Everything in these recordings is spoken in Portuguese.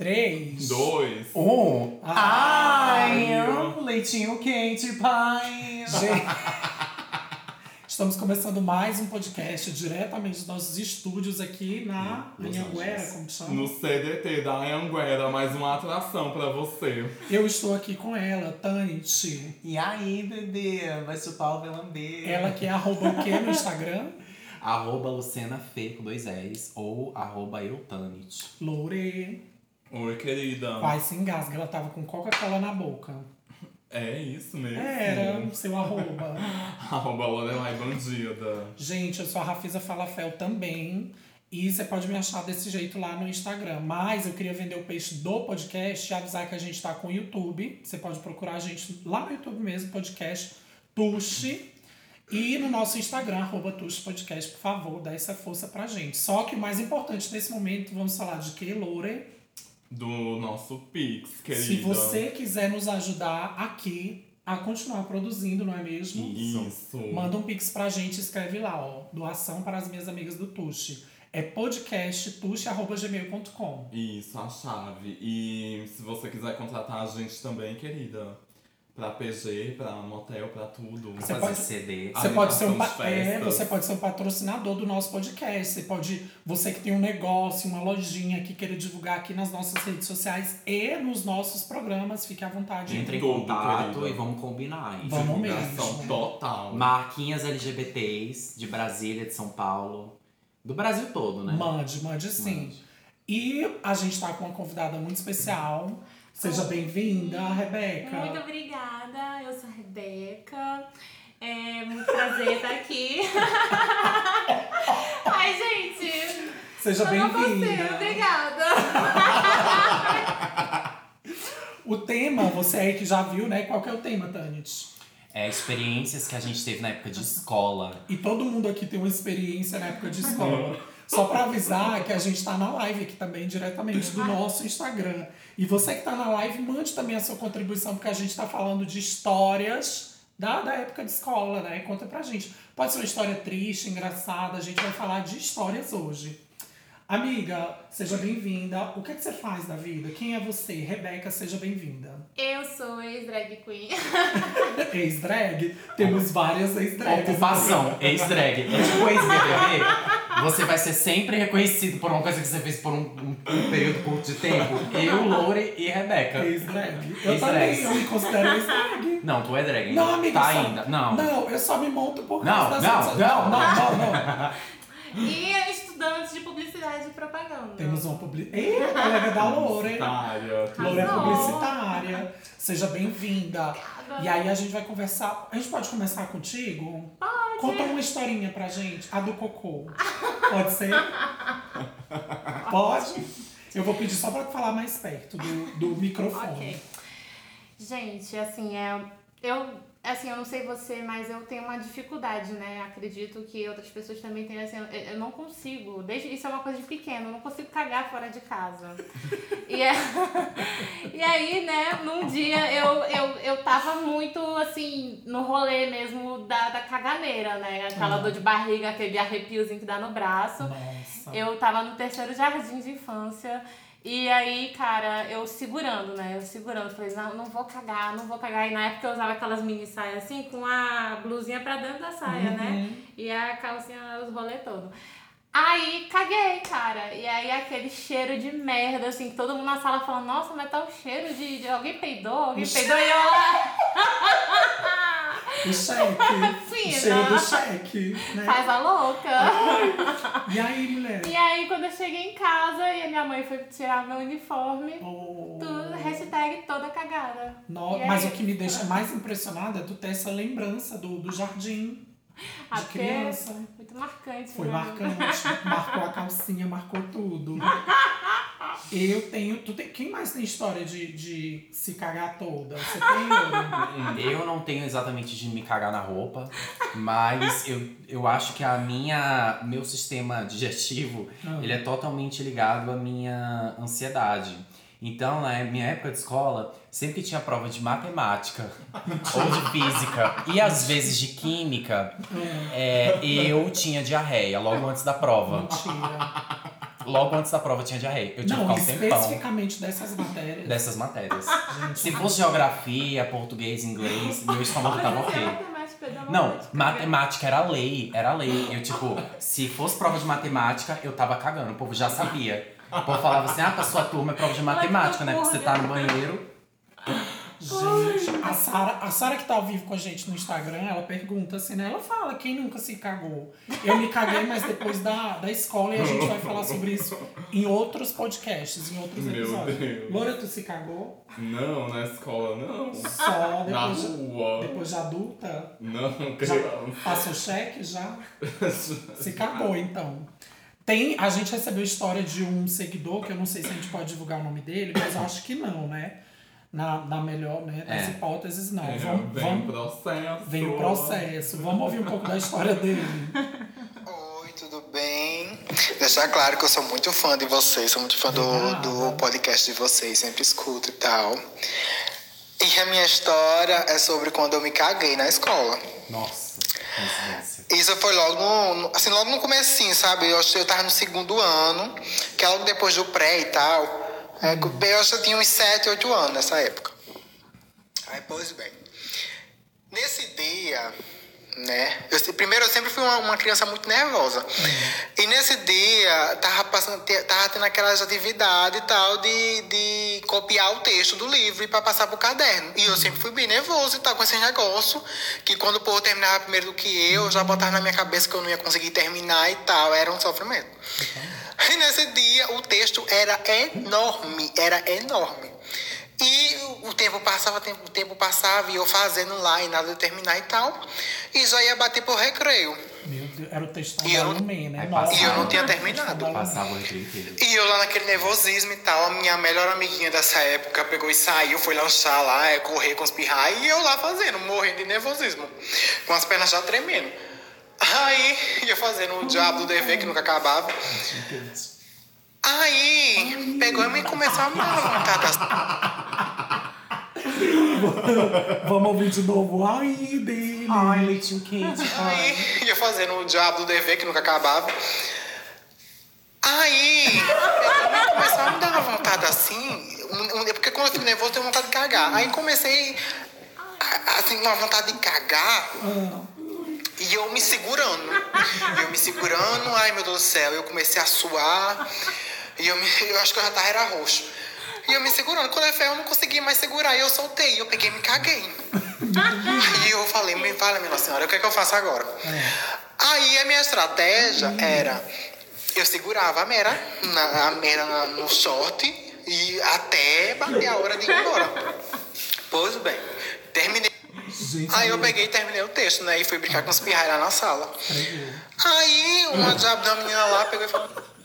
3, 2, 1. Ai, Leitinho quente, pai. Gente, estamos começando mais um podcast diretamente dos nossos estúdios aqui na Anhanguera, como que chama? no CDT da Anhanguera, mais uma atração pra você. Eu estou aqui com ela, Tanit. E aí, bebê? Vai chupar o velambê. Ela que é arroba o quê no Instagram? @LucianaFê com 2 L's ou @eutanit. Lore. Oi, querida. Quase se engasga, ela tava com Coca-Cola na boca. É isso mesmo? Era, seu arroba. @Lorelai Bandida. Gente, eu sou a Rafisa Falafel também. E você pode me achar desse jeito lá no Instagram. Mas eu queria vender o peixe do podcast e avisar que a gente tá com o YouTube. Você pode procurar a gente lá no YouTube mesmo, podcast Tuxi. E no nosso Instagram, @TuxiPodcast, por favor, dá essa força pra gente. Só que o mais importante nesse momento, vamos falar de que, Lore? Do nosso Pix, querida. Se você quiser nos ajudar aqui a continuar produzindo, não é mesmo? Isso. Manda um pix pra gente, escreve lá, ó. Doação para as minhas amigas do Tuxi. É podcasttuxi@gmail.com. Isso, a chave. E se você quiser contratar a gente também, querida, pra PG, pra motel, pra tudo. Você Fazer pode- CD. Você pode, ser um Animação de festas. você pode ser um patrocinador do nosso podcast. Você que tem um negócio, uma lojinha que queira divulgar aqui nas nossas redes sociais e nos nossos programas, fique à vontade. Entre em Tudo, contato querida. e vamos combinar. hein? Vamos Divulgação mesmo. total. Marquinhas LGBTs de Brasília, de São Paulo. Do Brasil todo, né? Mande sim. Mande. E a gente tá com uma convidada muito especial. Seja bem-vinda, Rebeca. Muito obrigada, eu sou a Rebeca. É muito prazer estar aqui. Ai, gente. Seja Eu não consigo, bem-vinda. obrigada. O tema, você aí que já viu, né? Qual que é o tema, Tanit? Experiências que a gente teve na época de escola. E todo mundo aqui tem uma experiência na época de escola. Só pra avisar que a gente tá na live aqui também, diretamente do nosso Instagram. E você que tá na live, mande também a sua contribuição, porque a gente tá falando de histórias da época de escola, né? Conta pra gente. Pode ser uma história triste, engraçada, a gente vai falar de histórias hoje. Amiga, seja bem-vinda. O que é que você faz da vida? Quem é você? Rebeca, seja bem-vinda. Eu sou ex-drag queen. Ex-drag? Temos várias ex-drags. Ocupação, ex-drag. É tipo ex-BBB. Você vai ser sempre reconhecido por uma coisa que você fez por um período curto de tempo. Eu, Lore e Rebeca. Ex-drag. Eu também, Ex-drag. eu me considero ex-drag. Não, tu é drag ainda. Não, amiga, Tá só- ainda. Não. Não, eu só me monto por Não, causa das não, outras- não. não. E estudante de publicidade e propaganda. Temos uma publicitária. Colega da Lore. Publicitária. Lore é Arrasou. publicitária. Seja bem-vinda. E aí a gente vai conversar. A gente pode começar contigo? Pode. Conta uma historinha pra gente. A do cocô. Pode ser? Pode? Eu vou pedir só pra falar mais perto do microfone. Ok. Gente, assim, eu não sei você, mas eu tenho uma dificuldade, né? Acredito que outras pessoas também têm, assim, eu não consigo, isso é uma coisa de pequeno, eu não consigo cagar fora de casa. E aí, né, num dia eu tava muito, assim, no rolê mesmo da caganeira, né? Aquela dor de barriga, aquele arrepiozinho que dá no braço. Nossa. Eu tava no 3º jardim de infância. E aí, cara, eu segurando, falei, não vou cagar. E na época eu usava aquelas mini saias assim, com a blusinha pra dentro da saia, né? E a calcinha, os rolê todo. Aí, caguei, cara. E aí, aquele cheiro de merda, assim, que todo mundo na sala falando, nossa, mas tá o cheiro de alguém peidou, e eu lá... O cheque. Fina. O cheiro do cheque. Né? Faz a louca. E aí, mulher? E aí, quando eu cheguei em casa e a minha mãe foi tirar meu uniforme, Oh. tudo, hashtag toda cagada. No- E mas aí? o que me deixa mais impressionada é tu ter essa lembrança do jardim de Porque criança. muito marcante. Foi né? marcante. Marcou a calcinha, marcou tudo. Quem mais tem história de se cagar toda? Você tem, Yuri? Eu não tenho exatamente de me cagar na roupa, mas eu acho que meu sistema digestivo, ele é totalmente ligado à minha ansiedade. Então, na minha época de escola, sempre que tinha prova de matemática ou de física e às vezes de química, eu tinha diarreia logo antes da prova. Mentira. Logo antes da prova tinha diarreia. Eu tinha que Não, ficar um tempão especificamente dessas matérias. dessas matérias. Se fosse geografia, português, inglês, meu estômago tava ok. Não, matemática era lei. Eu, tipo, se fosse prova de matemática, eu tava cagando. O povo já sabia. O povo falava assim, pra sua turma é prova de matemática, né? Porque você tá no banheiro. Gente, a Sara que tá ao vivo com a gente no Instagram, ela pergunta assim, né? Ela fala, quem nunca se cagou? Eu me caguei, mas depois da escola, e a gente vai falar sobre isso em outros podcasts, em outros episódios. Deus. Loura, tu se cagou? Não, na escola não. Só Na depois, rua. depois de adulta? Não, Já criança. passou cheque já? Se cagou, então. A gente recebeu história de um seguidor, que eu não sei se a gente pode divulgar o nome dele, mas eu acho que não, né? Na melhor, né? Das hipóteses, não. Vem o processo. Vem o processo. Vamos ouvir um pouco da história dele. Oi, tudo bem? Deixar claro que eu sou muito fã de vocês, sou muito fã do podcast de vocês, sempre escuto e tal. E a minha história é sobre quando eu me caguei na escola. Nossa, coincidência. Isso foi logo no comecinho, sabe? Eu acho que eu tava no segundo ano, que é logo depois do pré e tal. Eu acho que eu tinha uns 7, 8 anos nessa época. Aí, pois bem. Nesse dia, né? Primeiro, eu sempre fui uma criança muito nervosa. E nesse dia, tava tendo aquelas atividades e tal de copiar o texto do livro para passar pro caderno. E eu sempre fui bem nervoso e tal, com esse negócio, que quando o povo terminava primeiro do que eu já botava na minha cabeça que eu não ia conseguir terminar e tal. Era um sofrimento. E nesse dia, o texto era enorme. E o tempo passava e eu fazendo lá e nada de terminar e tal. E já ia bater pro recreio. Meu Deus, era o textão E da eu não- Lumê, né? E eu não tinha terminado. Passava o recreio inteiro. E eu lá naquele nervosismo e tal, a minha melhor amiguinha dessa época pegou e saiu, foi lanchar lá, correr com os pirrais, e eu lá fazendo, morrendo de nervosismo, com as pernas já tremendo. Aí, ia fazendo o diabo do dever que nunca acabava. Aí, pegou e me começou a me levantar das... Vamos ouvir de novo. Ai, dele. Ai, leitinho quente. Aí, ia fazendo o diabo do dever que nunca acabava. Aí, pegou e começou a me dar uma vontade assim, porque quando eu fico nervoso eu tenho vontade de cagar. Aí comecei, assim, uma vontade de cagar. E eu me segurando, ai meu Deus do céu, eu comecei a suar, e eu acho que eu já tava era roxo. E eu me segurando, quando eu não consegui mais segurar, e eu soltei, eu peguei e me caguei. E eu falei, fala minha senhora, o que é que eu faço agora? Aí a minha estratégia era, eu segurava a merda no short, e até bater a hora de ir embora. Pois bem, terminei. Gente, Aí eu peguei e terminei o texto, né? E fui brincar com os pirraias lá na sala. Aí uma diabo da menina lá pegou e falou...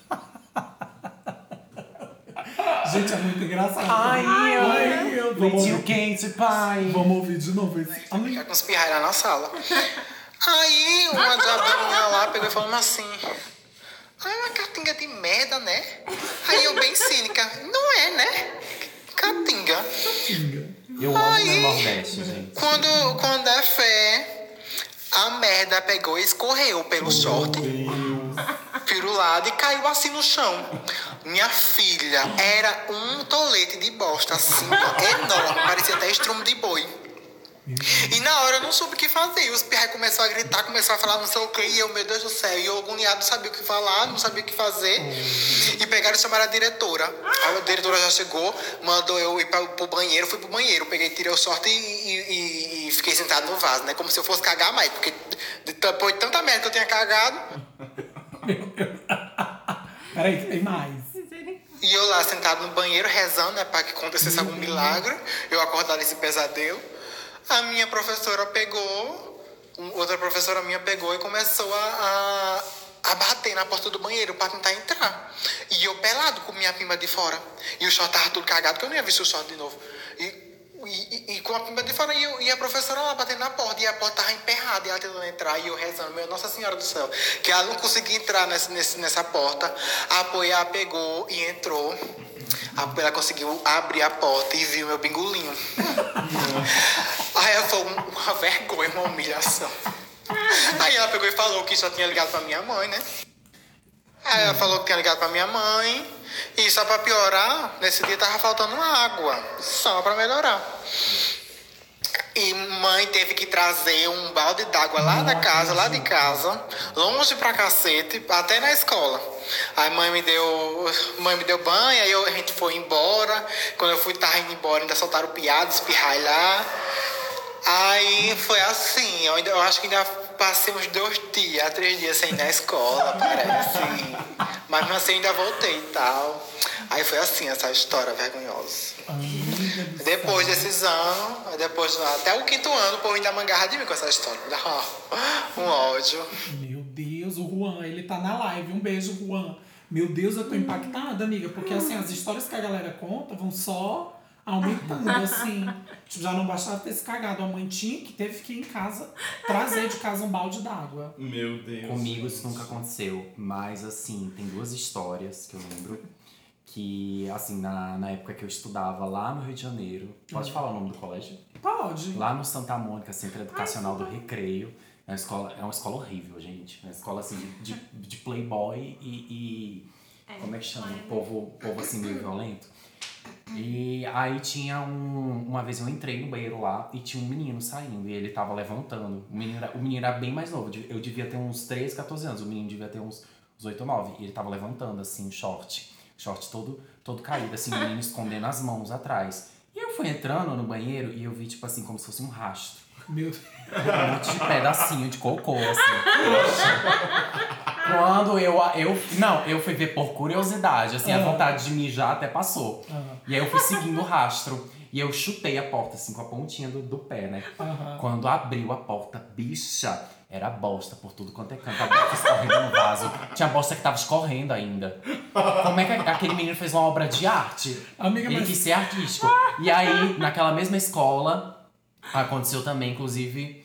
Gente, é muito engraçado. Leitinho Vamos quente, pai. ouvir de novo esse. Fui brincar com os pirraias lá na sala. Aí uma diabo da menina lá pegou e falou assim... Ai, uma catinga de merda, né? Aí eu bem cínica. Não é, né? Catinga. Eu amo no Nordeste, gente. Quando é fé, a merda pegou e escorreu pelo short, pelo lado e caiu assim no chão. Minha filha, era um tolete de bosta assim, enorme, parecia até estrumo de boi. E na hora eu não soube o que fazer. E os pirrais começaram a gritar, começaram a falar não sei o que. E eu, meu Deus do céu, e eu agoniado, não sabia o que falar, não sabia o que fazer. E pegaram e chamaram a diretora. Aí a diretora já chegou, mandou eu ir pro banheiro, fui pro banheiro. Peguei, tirei o short e fiquei sentado no vaso, né? Como se eu fosse cagar mais, porque depois de tanta merda que eu tinha cagado. Peraí, tem mais. E eu lá sentado no banheiro, rezando, né? Pra que acontecesse algum milagre. Eu acordar desse pesadelo. A minha professora pegou, outra professora minha pegou e começou a bater na porta do banheiro pra tentar entrar. E eu pelado com minha pimba de fora. E o short tava tudo cagado, porque eu não ia ver o short de novo. E com a pimba de fora, e a professora lá batendo na porta. E a porta tava emperrada, e ela tentando entrar, e eu rezando, meu Nossa Senhora do Céu, que ela não conseguia entrar nessa porta. A Apoiar pegou e entrou. Ela conseguiu abrir a porta e viu meu bingolinho. Aí foi uma vergonha, uma humilhação. Aí ela pegou e falou que só tinha ligado pra minha mãe, né? Aí ela falou que tinha ligado pra minha mãe. E só pra piorar, nesse dia tava faltando água. Só pra melhorar. E mãe teve que trazer um balde d'água lá da casa, lá de casa, longe pra cacete, até na escola. Aí mãe me deu banho, aí a gente foi embora. Quando eu tava indo embora, ainda soltaram piada, espirrai lá. Aí foi assim, eu acho que ainda passei uns 3 dias sem ir na escola, parece. Mas mesmo assim ainda voltei e tal. Aí foi assim essa história vergonhosa. Depois desses anos, até o 5º ano, o povo ainda mangarra de mim com essa história. Me dá um ódio. Meu Deus, o Juan, ele tá na live. Um beijo, Juan. Meu Deus, eu tô impactada, amiga, porque assim, as histórias que a galera conta vão só aumentando, assim. Tipo, já não bastava ter se cagado. A mãe teve que ir em casa, trazer de casa um balde d'água. Meu Deus. Comigo isso nunca aconteceu, mas assim, tem 2 histórias que eu lembro. Que, assim, na época que eu estudava lá no Rio de Janeiro... Pode falar o nome do colégio? Pode. Lá no Santa Mônica, Centro Educacional do Recreio. É uma escola horrível, gente. É uma escola, assim, de playboy e como é que chama? Povo assim, meio violento. E aí tinha uma vez eu entrei no banheiro lá e tinha um menino saindo. E ele tava levantando. O menino era bem mais novo. Eu devia ter uns 13, 14 anos. O menino devia ter uns 8 ou 9. E ele tava levantando, assim, o short todo caído, assim, o menino escondendo as mãos atrás. E eu fui entrando no banheiro e eu vi, tipo assim, como se fosse um rastro. Meu Deus. Um monte de pedacinho de cocô, assim. Quando eu fui ver por curiosidade, assim, a vontade de mijar até passou. E aí eu fui seguindo o rastro. E eu chutei a porta, assim, com a pontinha do pé, né? Quando abriu a porta, bicha, era bosta por tudo quanto é canto. A bosta escorrendo no vaso. Tinha bosta que tava escorrendo ainda. Como é que aquele menino fez uma obra de arte? Amiga, Ele quis ser artístico. E aí, naquela mesma escola, aconteceu também, inclusive,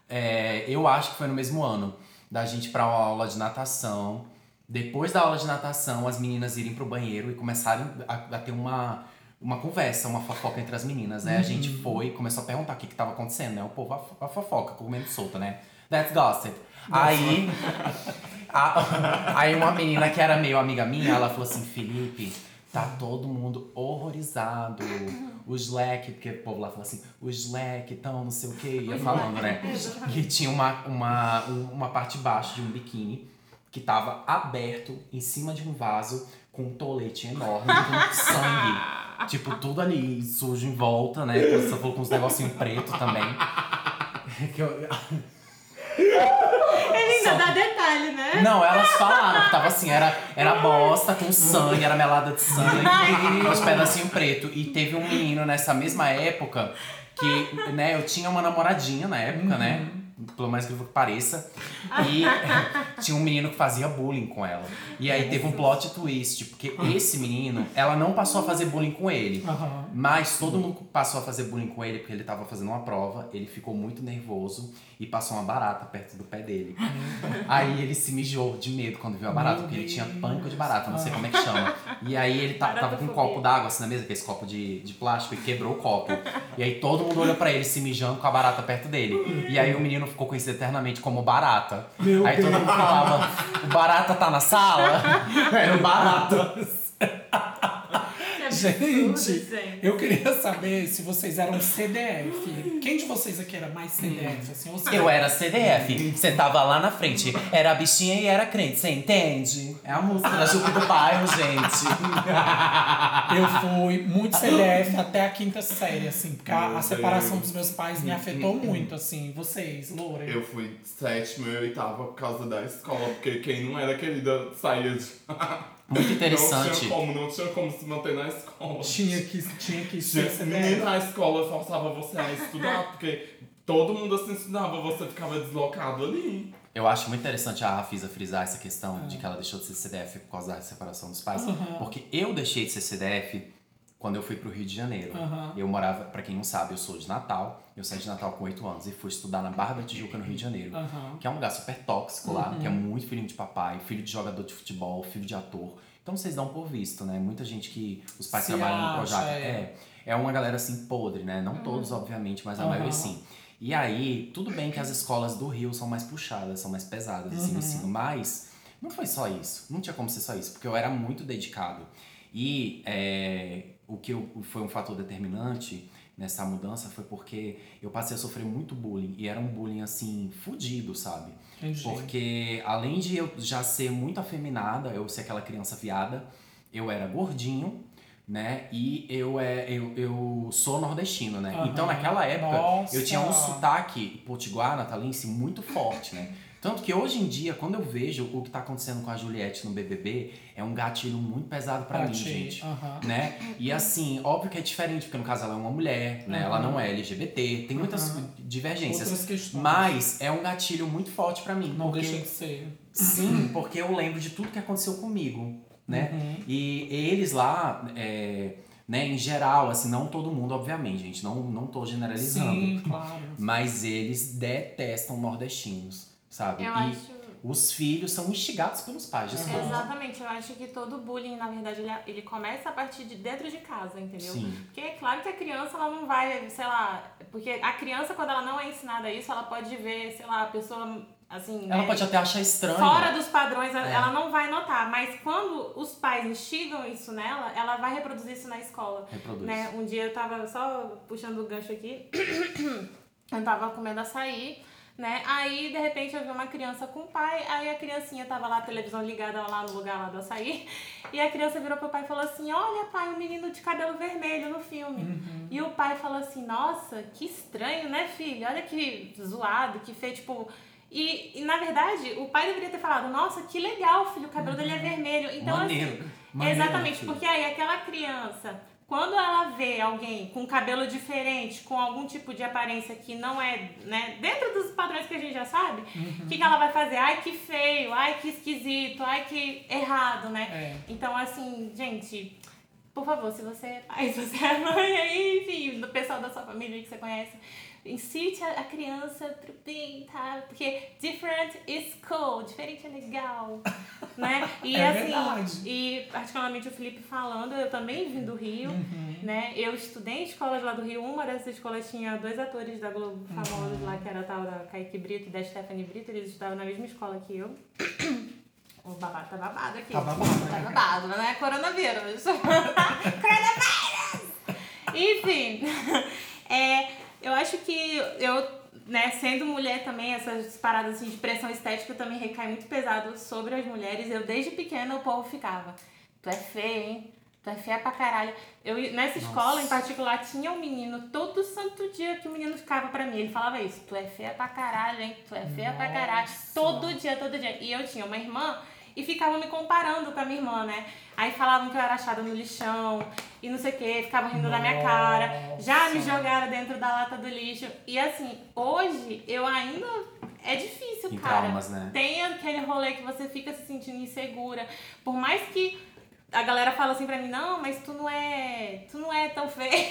eu acho que foi no mesmo ano, da gente ir pra uma aula de natação. Depois da aula de natação, as meninas irem pro banheiro e começarem a ter uma conversa, uma fofoca entre as meninas, né? A gente foi, começou a perguntar o que tava acontecendo, né? O povo, a fofoca, comendo solta, né? That's gossip. Aí uma menina que era meio amiga minha, ela falou assim, Felipe, tá todo mundo horrorizado. O Slack, porque o povo lá fala assim, o Slack, tão não sei o que, ia falando, né? Que tinha uma parte baixa de um biquíni que tava aberto em cima de um vaso com um tolete enorme, com sangue. Tipo, tudo ali sujo em volta, né? Você falou com uns negocinhos preto também. Ele ainda dá detalhe, né? Não, elas falaram que tava assim, era bosta com sangue, era melada de sangue, uns pedacinhos preto. E teve um menino nessa mesma época que, né, eu tinha uma namoradinha na época, né? Pelo mais que pareça. E tinha um menino que fazia bullying com ela. E aí teve um plot twist, porque esse menino, ela não passou a fazer bullying com ele. Mas todo mundo passou a fazer bullying com ele porque ele tava fazendo uma prova, ele ficou muito nervoso e passou uma barata perto do pé dele. Aí ele se mijou de medo quando viu a barata, porque ele tinha pânico de barata, não sei como é que chama. E aí ele tava com um copo d'água assim na mesa, que é esse copo de plástico, e quebrou o copo. E aí todo mundo olhou pra ele se mijando com a barata perto dele. E aí o menino ficou conhecido eternamente como Barata. Aí todo mundo falava, o Barata tá na sala? Era o Barata. Gente, eu queria saber se vocês eram CDF. Quem de vocês aqui era mais CDF? Assim, ou Eu era CDF, você tava lá na frente, era a bichinha e era crente, você entende? É a música da Jupe do Bairro, gente. Eu fui muito CDF até a 5ª série, assim, porque a separação dos meus pais me afetou muito, assim. Vocês, Loura? Eu fui 7ª e 8ª por causa da escola, porque quem não era querida saía de... Muito interessante. Não tinha como se manter na escola. Tinha que ser CDF. Menina, a escola forçava você a estudar, porque todo mundo assim estudava, você ficava deslocado ali. Eu acho muito interessante a Rafisa frisar essa questão de que ela deixou de ser CDF por causa da separação dos pais. Porque eu deixei de ser CDF quando eu fui pro Rio de Janeiro. Eu morava, pra quem não sabe, eu sou de Natal. Eu saí de Natal com 8 anos e fui estudar na Barra da Tijuca, no Rio de Janeiro. Que é um lugar super tóxico lá, que é muito filhinho de papai, filho de jogador de futebol, filho de ator. Então vocês dão por visto, né? Muita gente que os pais trabalham no Projac. É uma galera assim podre, né? Não todos, obviamente, mas a maioria sim. E aí, tudo bem que as escolas do Rio são mais puxadas, são mais pesadas, assim, no ensino, mas não foi só isso. Não tinha como ser só isso, porque eu era muito dedicado. E o que foi um fator determinante nessa mudança foi porque eu passei a sofrer muito bullying. E era um bullying, assim, fudido, sabe? Entendi. Porque além de eu já ser muito afeminada, eu ser aquela criança viada, eu era gordinho, né? E eu sou nordestino, né? Aham. Então naquela época Nossa. eu tinha um sotaque potiguar, natalense muito forte, né? Tanto que hoje em dia, quando eu vejo o que tá acontecendo com a Juliette no BBB, é um gatilho muito pesado pra mim, gente. Né? E assim, óbvio que é diferente, porque no caso ela é uma mulher, né? Ela não é LGBT, tem muitas divergências. Outras questões. Mas é um gatilho muito forte pra mim. Não porque, deixa de ser. Sim, porque eu lembro de tudo que aconteceu comigo, né? E eles lá, né, em geral, assim, não todo mundo, obviamente, gente, não tô generalizando. Sim, claro. Mas eles detestam nordestinos. Sabe? Eu e acho... os filhos são instigados pelos pais, desculpa. Exatamente, eu acho que todo bullying, na verdade, ele começa a partir de dentro de casa, entendeu? Sim. Porque é claro que a criança, ela não vai, sei lá... Porque a criança, quando ela não é ensinada isso, ela pode ver, sei lá, a pessoa, assim... Ela pode até achar estranho. Fora dos padrões, ela não vai notar. Mas quando os pais instigam isso nela, ela vai reproduzir isso na escola. Reproduz. Né? Um dia eu tava só puxando o gancho aqui, eu tava comendo açaí, né? Aí, de repente, eu vi uma criança com o pai, aí a criancinha tava lá, a televisão ligada lá no lugar lá do açaí, e a criança virou pro pai e falou assim, olha, pai, um menino de cabelo vermelho no filme. E o pai falou assim, nossa, que estranho, né, filho? Olha que zoado, que feio, tipo... E, na verdade, o pai deveria ter falado, nossa, que legal, filho, o cabelo dele é vermelho. Então, Maneiro. Exatamente, Filho. porque aí aquela criança... Quando ela vê alguém com cabelo diferente, com algum tipo de aparência que não é, né, dentro dos padrões que a gente já sabe, o que ela vai fazer? Ai, que feio, ai, que esquisito, ai, que errado, né? Então, assim, gente, por favor, se você é pai, se você é mãe, aí, enfim, do pessoal da sua família que você conhece, incite a criança pro bem, tá? Porque different is cool, diferente é legal, né? E É assim, verdade. e particularmente o Felipe falando, eu também vim do Rio, né? Eu estudei em escolas lá do Rio, uma dessas escolas tinha 2 atores da Globo famosos lá, que era a tal da Kaique Brito e da Stephanie Brito, eles estudavam na mesma escola que eu. O babado tá babado aqui. Tá babado, Tá né? babado, mas não é coronavírus. Coronavírus! Enfim, eu acho que eu, né, sendo mulher também, essas paradas assim, de pressão estética também recai muito pesado sobre as mulheres. Eu, desde pequena, o povo ficava, tu é feia, hein? Tu é feia pra caralho. Nessa escola, em particular, tinha um menino, todo santo dia que o menino ficava pra mim. Ele falava isso, tu é feia pra caralho, hein? Tu é feia pra caralho. Todo dia, todo dia. E eu tinha uma irmã e ficavam me comparando com a minha irmã, né? Aí falavam que eu era achada no lixão e não sei o que, ficavam rindo da minha cara. Já me jogaram dentro da lata do lixo. E assim, hoje eu ainda... É difícil, Tem cara. traumas, né? Tem aquele rolê que você fica se sentindo insegura. Por mais que a galera fala assim pra mim, não, mas tu não é tão feia.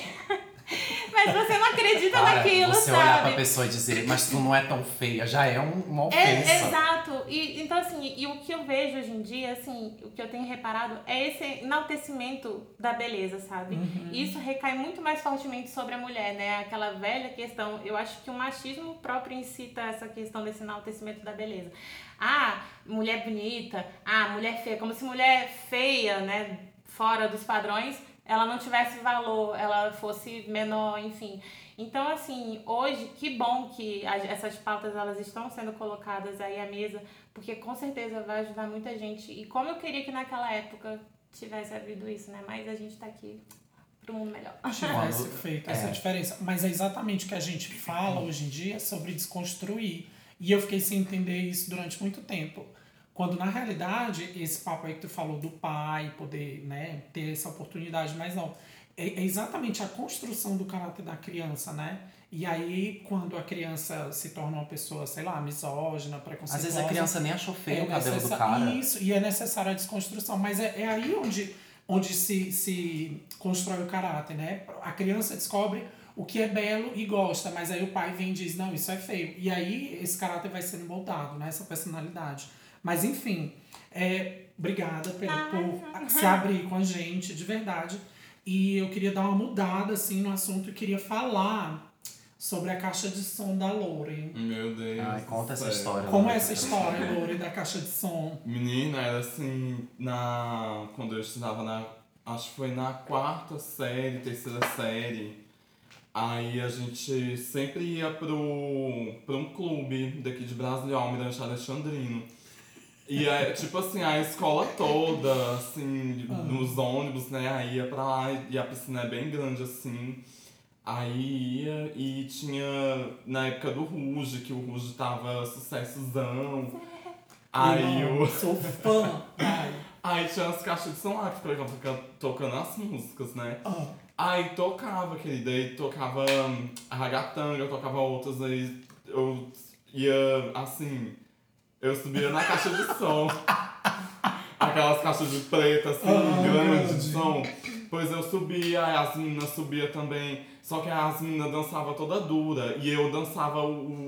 Mas você não acredita naquilo, você sabe? olhar pra pessoa e dizer, mas tu não é tão feia, já é uma ofensa. Exato. E, então, assim, e o que eu vejo hoje em dia, assim, o que eu tenho reparado é esse enaltecimento da beleza, sabe? E isso recai muito mais fortemente sobre a mulher, né? Aquela velha questão, eu acho que o machismo próprio incita essa questão desse enaltecimento da beleza. Ah, mulher bonita, mulher feia, como se mulher feia, né, fora dos padrões, ela não tivesse valor, ela fosse menor, enfim. Então, assim, hoje, que bom que essas pautas elas estão sendo colocadas aí à mesa, porque com certeza vai ajudar muita gente. E como eu queria que naquela época tivesse havido isso, né? Mas a gente tá aqui pro mundo melhor. Tivesse feito essa diferença. Mas é exatamente o que a gente fala hoje em dia sobre desconstruir. E eu fiquei sem entender isso durante muito tempo. Quando, na realidade, esse papo aí que tu falou do pai poder, né, ter essa oportunidade, mas não. É exatamente a construção do caráter da criança, né? E aí, quando a criança se torna uma pessoa, sei lá, misógina, preconceituosa... Às vezes a criança nem achou feio o cabelo do cara. Isso, e é necessária a desconstrução. Mas é aí onde se constrói o caráter, né? A criança descobre o que é belo e gosta, mas aí o pai vem e diz, não, isso é feio. E aí esse caráter vai sendo moldado, né? Essa personalidade. Mas enfim, obrigada por se abrir com a gente, de verdade. E eu queria dar uma mudada assim, no assunto e queria falar sobre a caixa de som da Lore. Meu Deus. Ai, conta do essa céu. história. Como Laura. é essa história, Lore, da caixa de som? Menina, era assim, quando eu estudava acho que foi na 4ª série, 3ª série. Aí a gente sempre ia pra um clube daqui de Brasília, Almirante Alexandrino. E aí, tipo assim, a escola toda, assim, nos ônibus, né, aí ia pra lá e a piscina é bem grande, assim. Aí ia e tinha, na época do Ruge, que o Ruge tava sucessozão. Aí Eu sou fã. Ai. Aí tinha as caixas de som lá que ficavam tocando as músicas, né? Aí tocava, querida, aí tocava a ragatanga, tocava outras, aí eu ia, assim, eu subia na caixa de som. Aquelas caixas de preta, assim, grande de som. Pois eu subia, aí as meninas subiam também. Só que as meninas dançavam toda dura. E eu dançava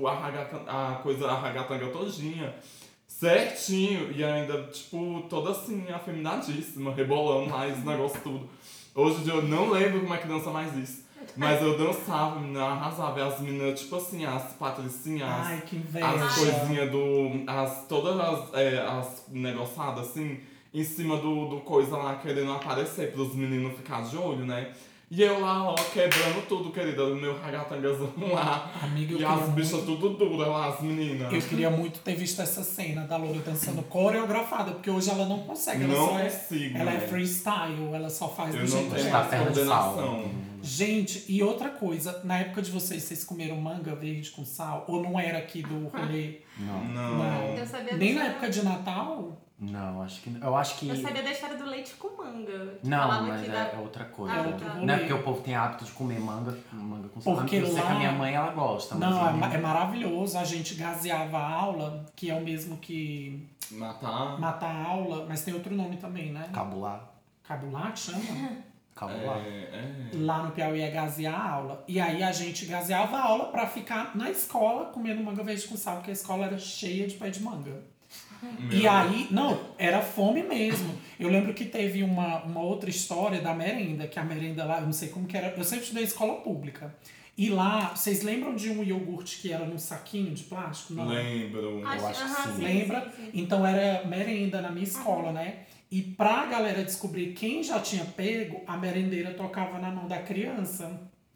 a ragatanga todinha. Certinho. E ainda, tipo, toda assim, afeminadíssima, rebolando lá esse negócio tudo. Hoje em dia eu não lembro como é que dança mais isso. Mas eu dançava, menina, arrasava. E as meninas, tipo assim, as patricinhas, Ai, que inveja. as coisinhas todas as negociadas assim, em cima do coisa lá, querendo aparecer pros meninos ficar de olho, né? E eu lá, ó, quebrando tudo, querida, o meu ragatangazão lá. Amiga, eu e queria as bichas tudo duras lá, as meninas. Eu queria muito ter visto essa cena da Loura dançando coreografada, porque hoje ela não consegue. Ela Não só consigo, ela é né? freestyle, ela só faz Eu do não jeito tenho dela. Tá perna de sal. coordenação. Gente, e outra coisa, na época de vocês comeram manga verde com sal? Ou não era aqui do rolê? Não. Eu sabia Nem dessa- na época de Natal? Não, acho que. Eu acho que. Eu sabia da história do leite com manga. Que Não, falava mas que é outra coisa. Ah, É outro tá. rolê. Não é porque o povo tem hábito de comer manga com sal. Porque Eu sei que lá- a minha mãe, ela gosta. mas Não, eu não- é maravilhoso. A gente gaseava a aula, que é o mesmo que Matar. matar a aula, mas tem outro nome também, né? Cabular. Cabular que chama? Cabular. Lá no Piauí é gasear a aula. E aí a gente gaseava a aula pra ficar na escola comendo manga verde com sal, porque a escola era cheia de pé de manga. E aí, não, era fome mesmo. Eu lembro que teve uma outra história da merenda, que a merenda lá, eu não sei como que era, eu sempre estudei escola pública. E lá, vocês lembram de um iogurte que era num saquinho de plástico? Não. Lembro. Eu acho que sim. Lembra? Então era merenda na minha escola, né? E pra galera descobrir quem já tinha pego, a merendeira tocava na mão da criança.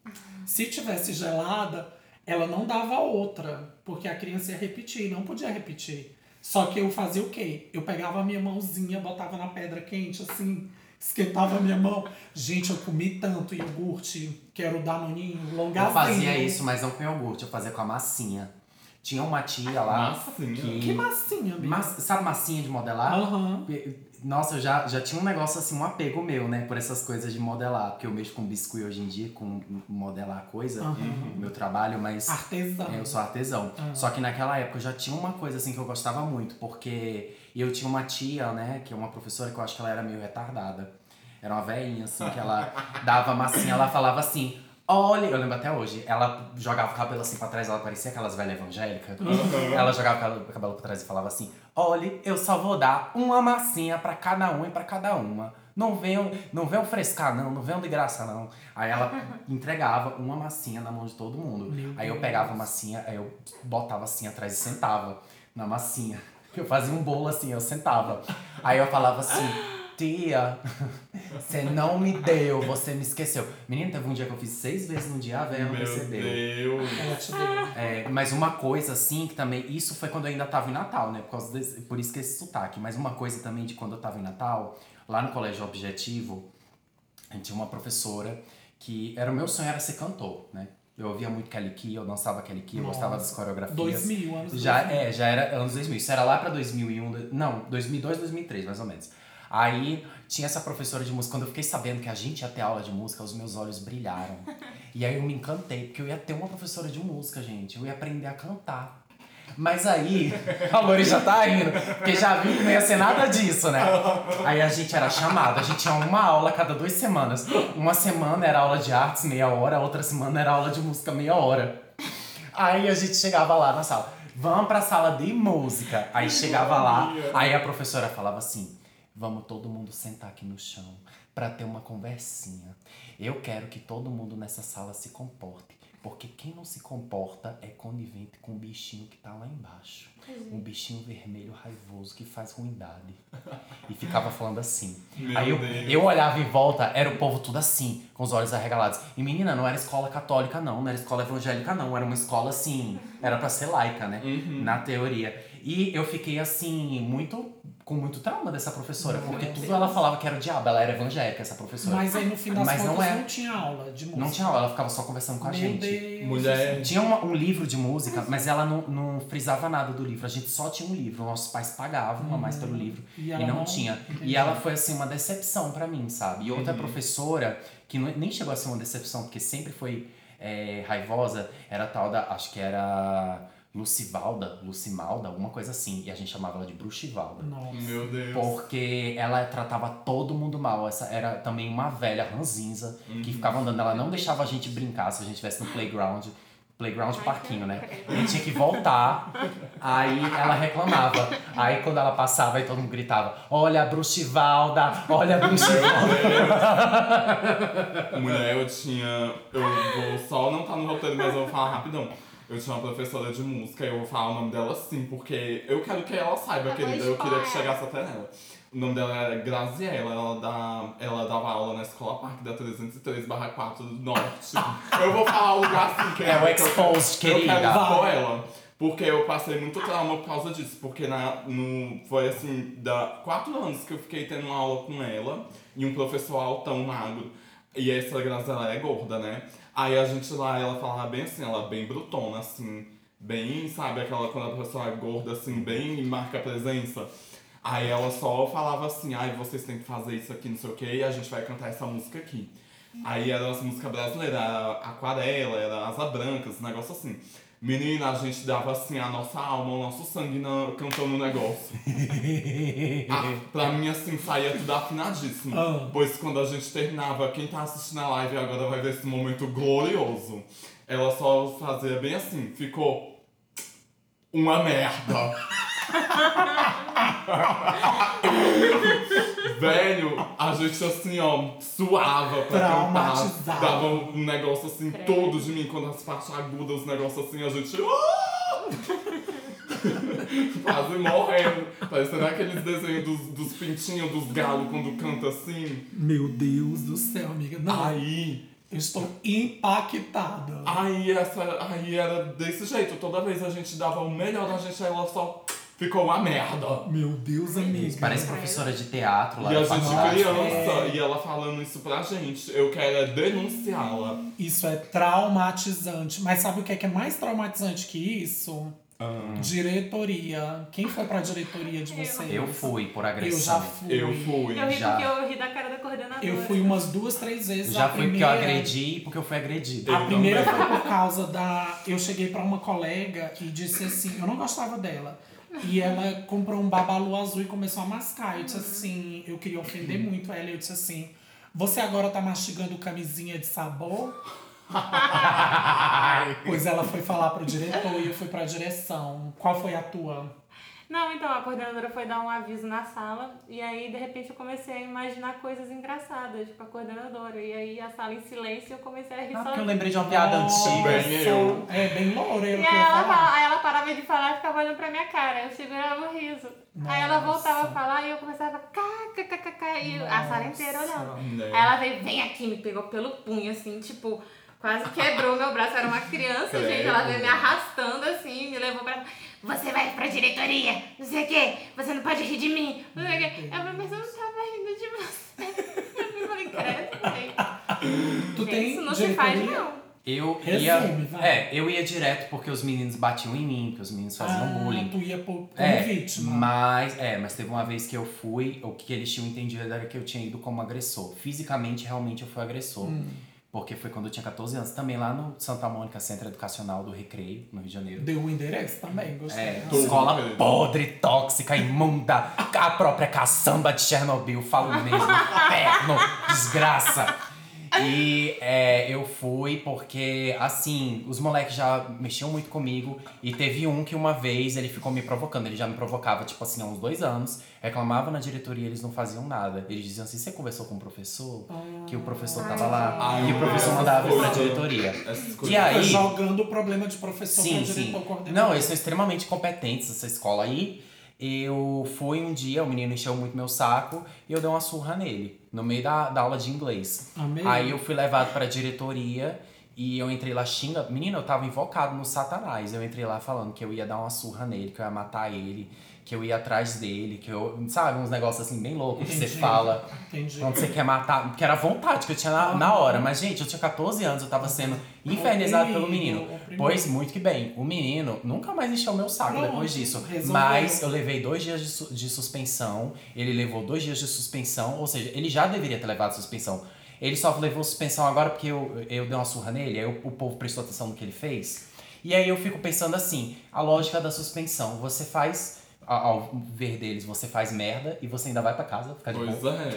Se tivesse gelada, ela não dava outra, porque a criança ia repetir, não podia repetir. Só que eu fazia o quê? Eu pegava a minha mãozinha, botava na pedra quente, assim, esquentava a minha mão. Gente, eu comi tanto iogurte, que era o Danoninho, longazinho. Eu fazia isso, mas não com iogurte, eu fazia com a massinha. Tinha uma tia lá. Massinha? Que massinha, amiga. Sabe massinha de modelar? Aham. Nossa, eu já tinha um negócio assim, um apego meu, né, por essas coisas de modelar. Porque eu mexo com biscuit hoje em dia, com modelar coisa, meu trabalho, mas Artesão. eu sou artesão. Só que naquela época eu já tinha uma coisa assim que eu gostava muito, porque eu tinha uma tia, né, que é uma professora que eu acho que ela era meio retardada. Era uma velhinha, assim, que ela dava massinha, ela falava assim. Olha, eu lembro até hoje, ela jogava o cabelo assim pra trás, ela parecia aquelas velhas evangélicas. Ela jogava o cabelo pra trás e falava assim: olha, eu só vou dar uma massinha pra cada um e pra cada uma. Não venham frescar, não venham de graça, não. Aí ela entregava uma massinha na mão de todo mundo. Aí eu pegava a massinha, aí eu botava assim atrás e sentava na massinha. Eu fazia um bolo assim, eu sentava. Aí eu falava assim: tia, você não me deu, você me esqueceu. Menina, teve um dia que eu fiz 6 vezes no dia, a velha não Meu percebeu. Deus. Ela te deu. É, mas uma coisa assim, que também, isso foi quando eu ainda tava em Natal, né? Por isso que esse sotaque. Mas uma coisa também de quando eu tava em Natal, lá no Colégio Objetivo, a gente tinha uma professora que era o meu sonho era ser cantor, né? Eu ouvia muito Kelly Key, eu dançava Kelly Key, eu gostava das coreografias. 2000, anos 2000. Já era anos 2000. Isso era lá pra 2001, não, 2002, 2003, mais ou menos. Aí tinha essa professora de música. Quando eu fiquei sabendo que a gente ia ter aula de música, os meus olhos brilharam. E aí eu me encantei, porque eu ia ter uma professora de música, gente. Eu ia aprender a cantar. Mas aí, a Lori já tá rindo, porque já viu que não ia ser nada disso, né? Aí a gente era chamado, a gente tinha uma aula a cada 2 semanas. Uma semana era aula de artes, meia hora, a outra semana era aula de música, meia hora. Aí a gente chegava lá na sala, vamos pra sala de música. Aí chegava lá, aí a professora falava assim: vamos todo mundo sentar aqui no chão pra ter uma conversinha. Eu quero que todo mundo nessa sala se comporte Porque quem não se comporta é conivente com o bichinho que tá lá embaixo. Um bichinho vermelho raivoso que faz ruindade. E ficava falando assim. Aí eu olhava em volta, era o povo tudo assim, com os olhos arregalados. E menina, não era escola católica não era escola evangélica não. Era uma escola assim, era pra ser laica, né? Na teoria. E eu fiquei assim, com muito trauma dessa professora. Porque tudo ela falava que era o diabo. Ela era evangélica, essa professora. Mas aí no fim das contas não tinha aula de música. Não tinha aula, ela ficava só conversando com a gente. Deus. Mulher. Tinha um livro de música, mas ela não frisava nada do livro. A gente só tinha um livro. Nossos pais pagavam a mais pelo livro. E não tinha. Entendi. E ela foi assim uma decepção pra mim, sabe? E outra professora, que nem chegou a ser uma decepção, porque sempre foi raivosa, era a tal da, acho que era Lucimalda, alguma coisa assim. E a gente chamava ela de Bruxivalda. Nossa. Meu Deus. Porque ela tratava todo mundo mal. Essa era também uma velha ranzinza que ficava andando. Ela não deixava a gente brincar se a gente estivesse no playground parquinho, né? A gente tinha que voltar. Aí ela reclamava. Aí quando ela passava, aí todo mundo gritava: olha a Bruxivalda, olha a Bruxivalda. Mulher, eu vou só não tá no roteiro, mas eu vou falar rapidão. Eu tinha uma professora de música e eu vou falar o nome dela sim, porque eu quero que ela saiba, querida. Eu queria que chegasse até nela. O nome dela era Graziella, ela dava aula na Escola Parque da 303/4 do Norte. Eu vou falar o lugar assim, que É o Exposed, querida. Eu quero expor ela. Porque eu passei muito trauma por causa disso. Porque foi assim, 4 anos que eu fiquei tendo uma aula com ela e um professor altão magro. E essa Graziella é gorda, né? Aí a gente lá, ela falava bem assim, ela bem brutona, assim, bem, sabe, aquela quando a pessoa é gorda, assim, bem marca presença. Aí ela só falava assim, vocês têm que fazer isso aqui, não sei o quê, e a gente vai cantar essa música aqui. Aí eram as músicas brasileiras, era Aquarela, era Asa Branca, esse negócio assim. Menina, a gente dava assim a nossa alma, o nosso sangue cantando o negócio. Pra mim, assim, saía tudo afinadíssimo. Pois quando a gente terminava, quem tá assistindo a live agora vai ver esse momento glorioso. Ela só fazia bem assim, ficou uma merda. Velho, a gente assim, ó, suava pra cantar. Dava um negócio assim, todo de mim, quando as partes agudas, os negócios assim, a gente... quase morrendo. Parecendo aqueles desenhos dos pintinhos, dos galos, quando canta assim. Meu Deus do céu, amiga. Não. Aí... eu estou impactada. Aí era desse jeito. Toda vez a gente dava o melhor da gente, aí ela só... ficou uma merda. Meu Deus, amiga. Parece professora de teatro lá. E a gente criança, e ela falando isso pra gente. Eu quero denunciá-la. Isso é traumatizante. Mas sabe o que é mais traumatizante que isso? Diretoria. Quem foi pra diretoria de vocês? Eu fui, por agressão. Eu já fui. Eu fui. Eu ri porque eu ri da cara da coordenadora. Eu fui umas 2, 3 vezes. Já fui porque eu agredi e porque eu fui agredido. A primeira foi por causa eu cheguei pra uma colega e disse assim, eu não gostava dela. E ela comprou um babalu azul e começou a mascar. Eu disse assim, eu queria ofender muito ela. Eu disse assim, você agora tá mastigando camisinha de sabor? Pois ela foi falar pro diretor e eu fui pra direção. Qual foi a tua? Não, então, a coordenadora foi dar um aviso na sala e aí, de repente, eu comecei a imaginar coisas engraçadas com a coordenadora. E aí, a sala em silêncio, eu comecei a rir Porque eu sozinha. lembrei de uma piada antiga. Bem eu. É, bem loura. E aí ela parava de falar e ficava olhando pra minha cara. Eu segurava o riso. Aí ela voltava a falar e eu começava kkkk e a sala inteira olhando. Aí ela veio, vem aqui, me pegou pelo punho, assim, tipo... quase quebrou meu braço, era uma criança, gente. Ela veio me arrastando assim, me levou pra... você vai pra diretoria, não sei o quê, você não pode rir de mim, não sei o quê. Eu falei, mas eu não tava rindo de você. Eu falei, credo, gente. Tu tem isso não diretoria? se faz, não. Eu ia direto porque os meninos batiam em mim, porque os meninos faziam bullying. Tu ia como vítima. Mas teve uma vez que eu fui, o que eles tinham entendido era que eu tinha ido como agressor. Fisicamente, realmente, eu fui agressor. Porque foi quando eu tinha 14 anos, também lá no Santa Mônica Centro Educacional do Recreio, no Rio de Janeiro. Deu um endereço também, gostei. Escola podre, tóxica, imunda, a própria caçamba de Chernobyl, falo mesmo, inferno, desgraça. E eu fui porque, assim, os moleques já mexiam muito comigo. E teve um que uma vez ele ficou me provocando. Ele já me provocava, tipo assim, há uns 2 anos. Reclamava na diretoria, eles não faziam nada. Eles diziam assim, você conversou com o professor? Que o professor tava lá. E o professor mandava pra diretoria. E aí... jogando o problema de professor sim, pro diretor coordenador. Não, eles são extremamente competentes, essa escola aí. Eu fui um dia, o menino encheu muito meu saco e eu dei uma surra nele, no meio da aula de inglês. Amei. Aí eu fui levado pra diretoria e eu entrei lá xingando. Menino, eu tava invocado no Satanás. Eu entrei lá falando que eu ia dar uma surra nele, que eu ia matar ele, que eu ia atrás dele, que eu... Sabe, uns negócios assim bem loucos que você fala quando você quer matar. Que era a vontade que eu tinha na hora. Mas, gente, eu tinha 14 anos, eu tava sendo infernizado pelo menino. Pois, muito que bem. O menino nunca mais encheu meu saco depois disso. Resolveu. Mas eu levei 2 dias de suspensão. Ele levou 2 dias de suspensão. Ou seja, ele já deveria ter levado suspensão. Ele só levou suspensão agora porque eu dei uma surra nele. Aí o povo prestou atenção no que ele fez. E aí eu fico pensando assim, a lógica da suspensão. Você faz... Ao ver deles, você faz merda e você ainda vai pra casa ficar de boa. Pois é.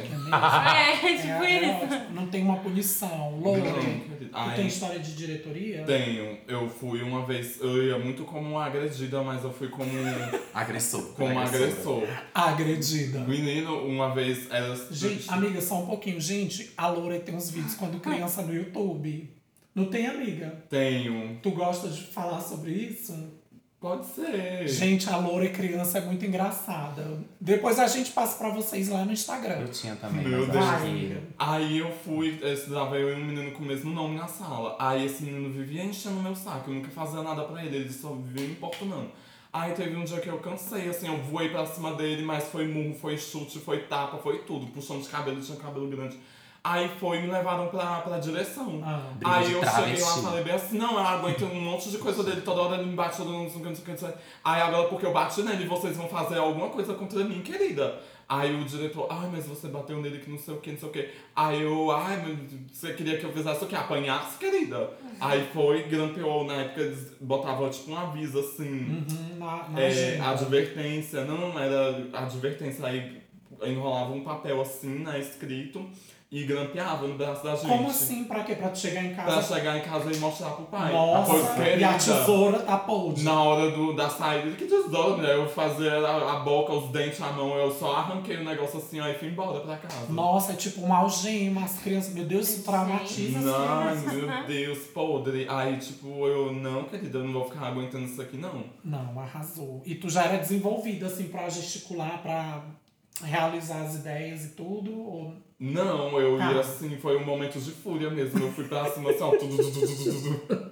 Tipo isso. Ótimo. Não tem uma punição. Loure, tu Ai, tem história de diretoria? Tenho. Eu fui uma vez, eu ia muito como uma agredida, mas eu fui como Agressor. como agressor. Agredida. Menino, uma vez era... Gente, amiga, só um pouquinho. Gente, a Loure tem uns vídeos quando criança no YouTube. Não tem, amiga? Tenho. Tu gosta de falar sobre isso? Pode ser. Gente, a Loure criança é muito engraçada. Depois a gente passa pra vocês lá no Instagram. Eu tinha também, Meu mas acho Deus. que... Aí eu fui, estudava eu e um menino com o mesmo nome na sala. Aí esse menino vivia enchendo meu saco, eu nunca fazia nada pra ele, ele só vivia me importunando. Aí teve um dia que eu cansei, assim, eu voei pra cima dele, mas foi murro, foi chute, foi tapa, foi tudo. Puxão de cabelo, tinha um cabelo grande. Aí me levaram pra direção. Briga Aí de eu travesti. cheguei lá e falei bem assim, não, eu aguento um monte de coisa dele, toda hora ele me bate, toda hora não sei o que. Aí agora porque eu bati nele, vocês vão fazer alguma coisa contra mim, querida. Aí o diretor, ai, mas você bateu nele que não sei o que, não sei o que. Aí eu, ai, mas você queria que eu fizesse o quê? Apanhasse, querida? Aí grampeou, na época eles botavam tipo um aviso assim, Na agenda. advertência, não, era advertência, aí enrolava um papel assim, né, escrito. E grampeava no braço da gente. Como assim? Pra quê? Pra tu chegar em Pra casa? chegar em casa e mostrar pro pai. Nossa, Pois, e a querida, tesoura tá podre. na hora da saída, que tesoura, né? Eu fazia a boca, os dentes, a mão, eu só arranquei o negócio assim, ó, e fui embora pra casa. Nossa, é tipo uma algema, as crianças, meu Deus, isso traumatiza as Ai, crianças. meu Deus, podre. Aí, tipo, eu, não, querida, eu não vou ficar aguentando isso aqui, não. Não, arrasou. E tu já era desenvolvida, assim, pra gesticular, pra realizar as ideias e tudo? Ou... Não, eu Tá. ia assim, foi um momento de fúria mesmo. Eu fui pra cima assim, ó, tudo.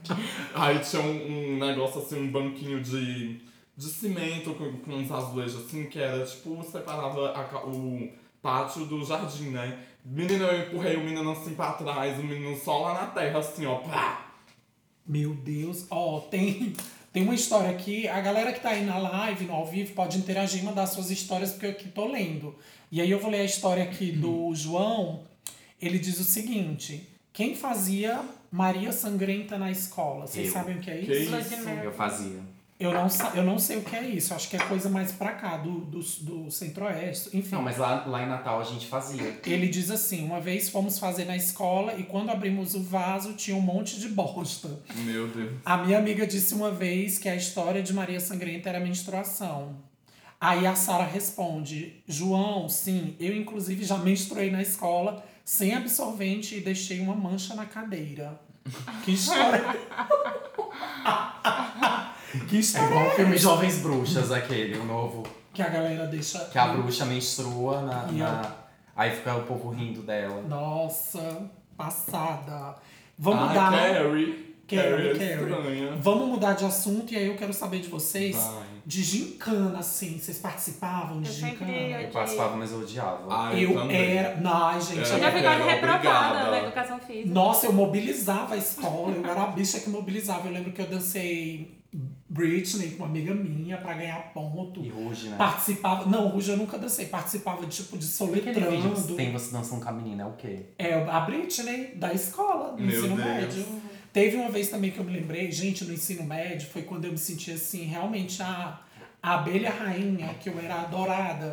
Aí tinha um negócio assim, um banquinho de cimento com uns azulejos assim, que era tipo, separava o pátio do jardim, né? Menino, eu empurrei o menino assim pra trás, o menino só lá na terra, assim, ó, pá! Meu Deus, ó, tem uma história aqui, a galera que tá aí na live, no ao vivo, pode interagir e mandar suas histórias, porque eu aqui tô lendo. E aí eu vou ler a história aqui do João, ele diz o seguinte, quem fazia Maria Sangrenta na escola? Vocês Eu. sabem o que é Que isso? isso? Eu fazia. Eu não sei o que é isso, acho que é coisa mais pra cá, do centro-oeste, enfim. Não, mas lá em Natal a gente fazia. Ele diz assim, uma vez fomos fazer na escola e quando abrimos o vaso tinha um monte de bosta. Meu Deus. A minha amiga disse uma vez que a história de Maria Sangrenta era menstruação. Aí a Sara responde, João, sim, eu inclusive já menstruei na escola sem absorvente e deixei uma mancha na cadeira. Que história! Que É história! igual o filme Jovens Bruxas, aquele, o novo. Que a galera deixa... Que a bruxa menstrua E aí fica o povo rindo dela. Nossa, passada. Vamos Ai, dar... Carrie é Carrie. estranha. Vamos mudar de assunto e aí eu quero saber de vocês. Vai. De gincana, assim. Vocês participavam de Eu sempre gincana? Eu participava, mas eu odiava. Ai, Eu também. era... Não, gente. Eu Eu já fui quase reprovada Obrigada. na educação física. Nossa, eu mobilizava a escola. Eu era a bicha que mobilizava. Eu lembro que eu dancei Britney com uma amiga minha pra ganhar ponto. E Ruge, né? Participava... Não, Ruge eu nunca dancei. Participava de tipo de Aquele vídeo que soletrando. tem você dançando com a menina, é o quê? É, a Britney, da escola, no Meu ensino Deus. médio. Teve uma vez também que eu me lembrei, gente, no ensino médio, foi quando eu me senti assim, realmente a abelha rainha, que eu era adorada.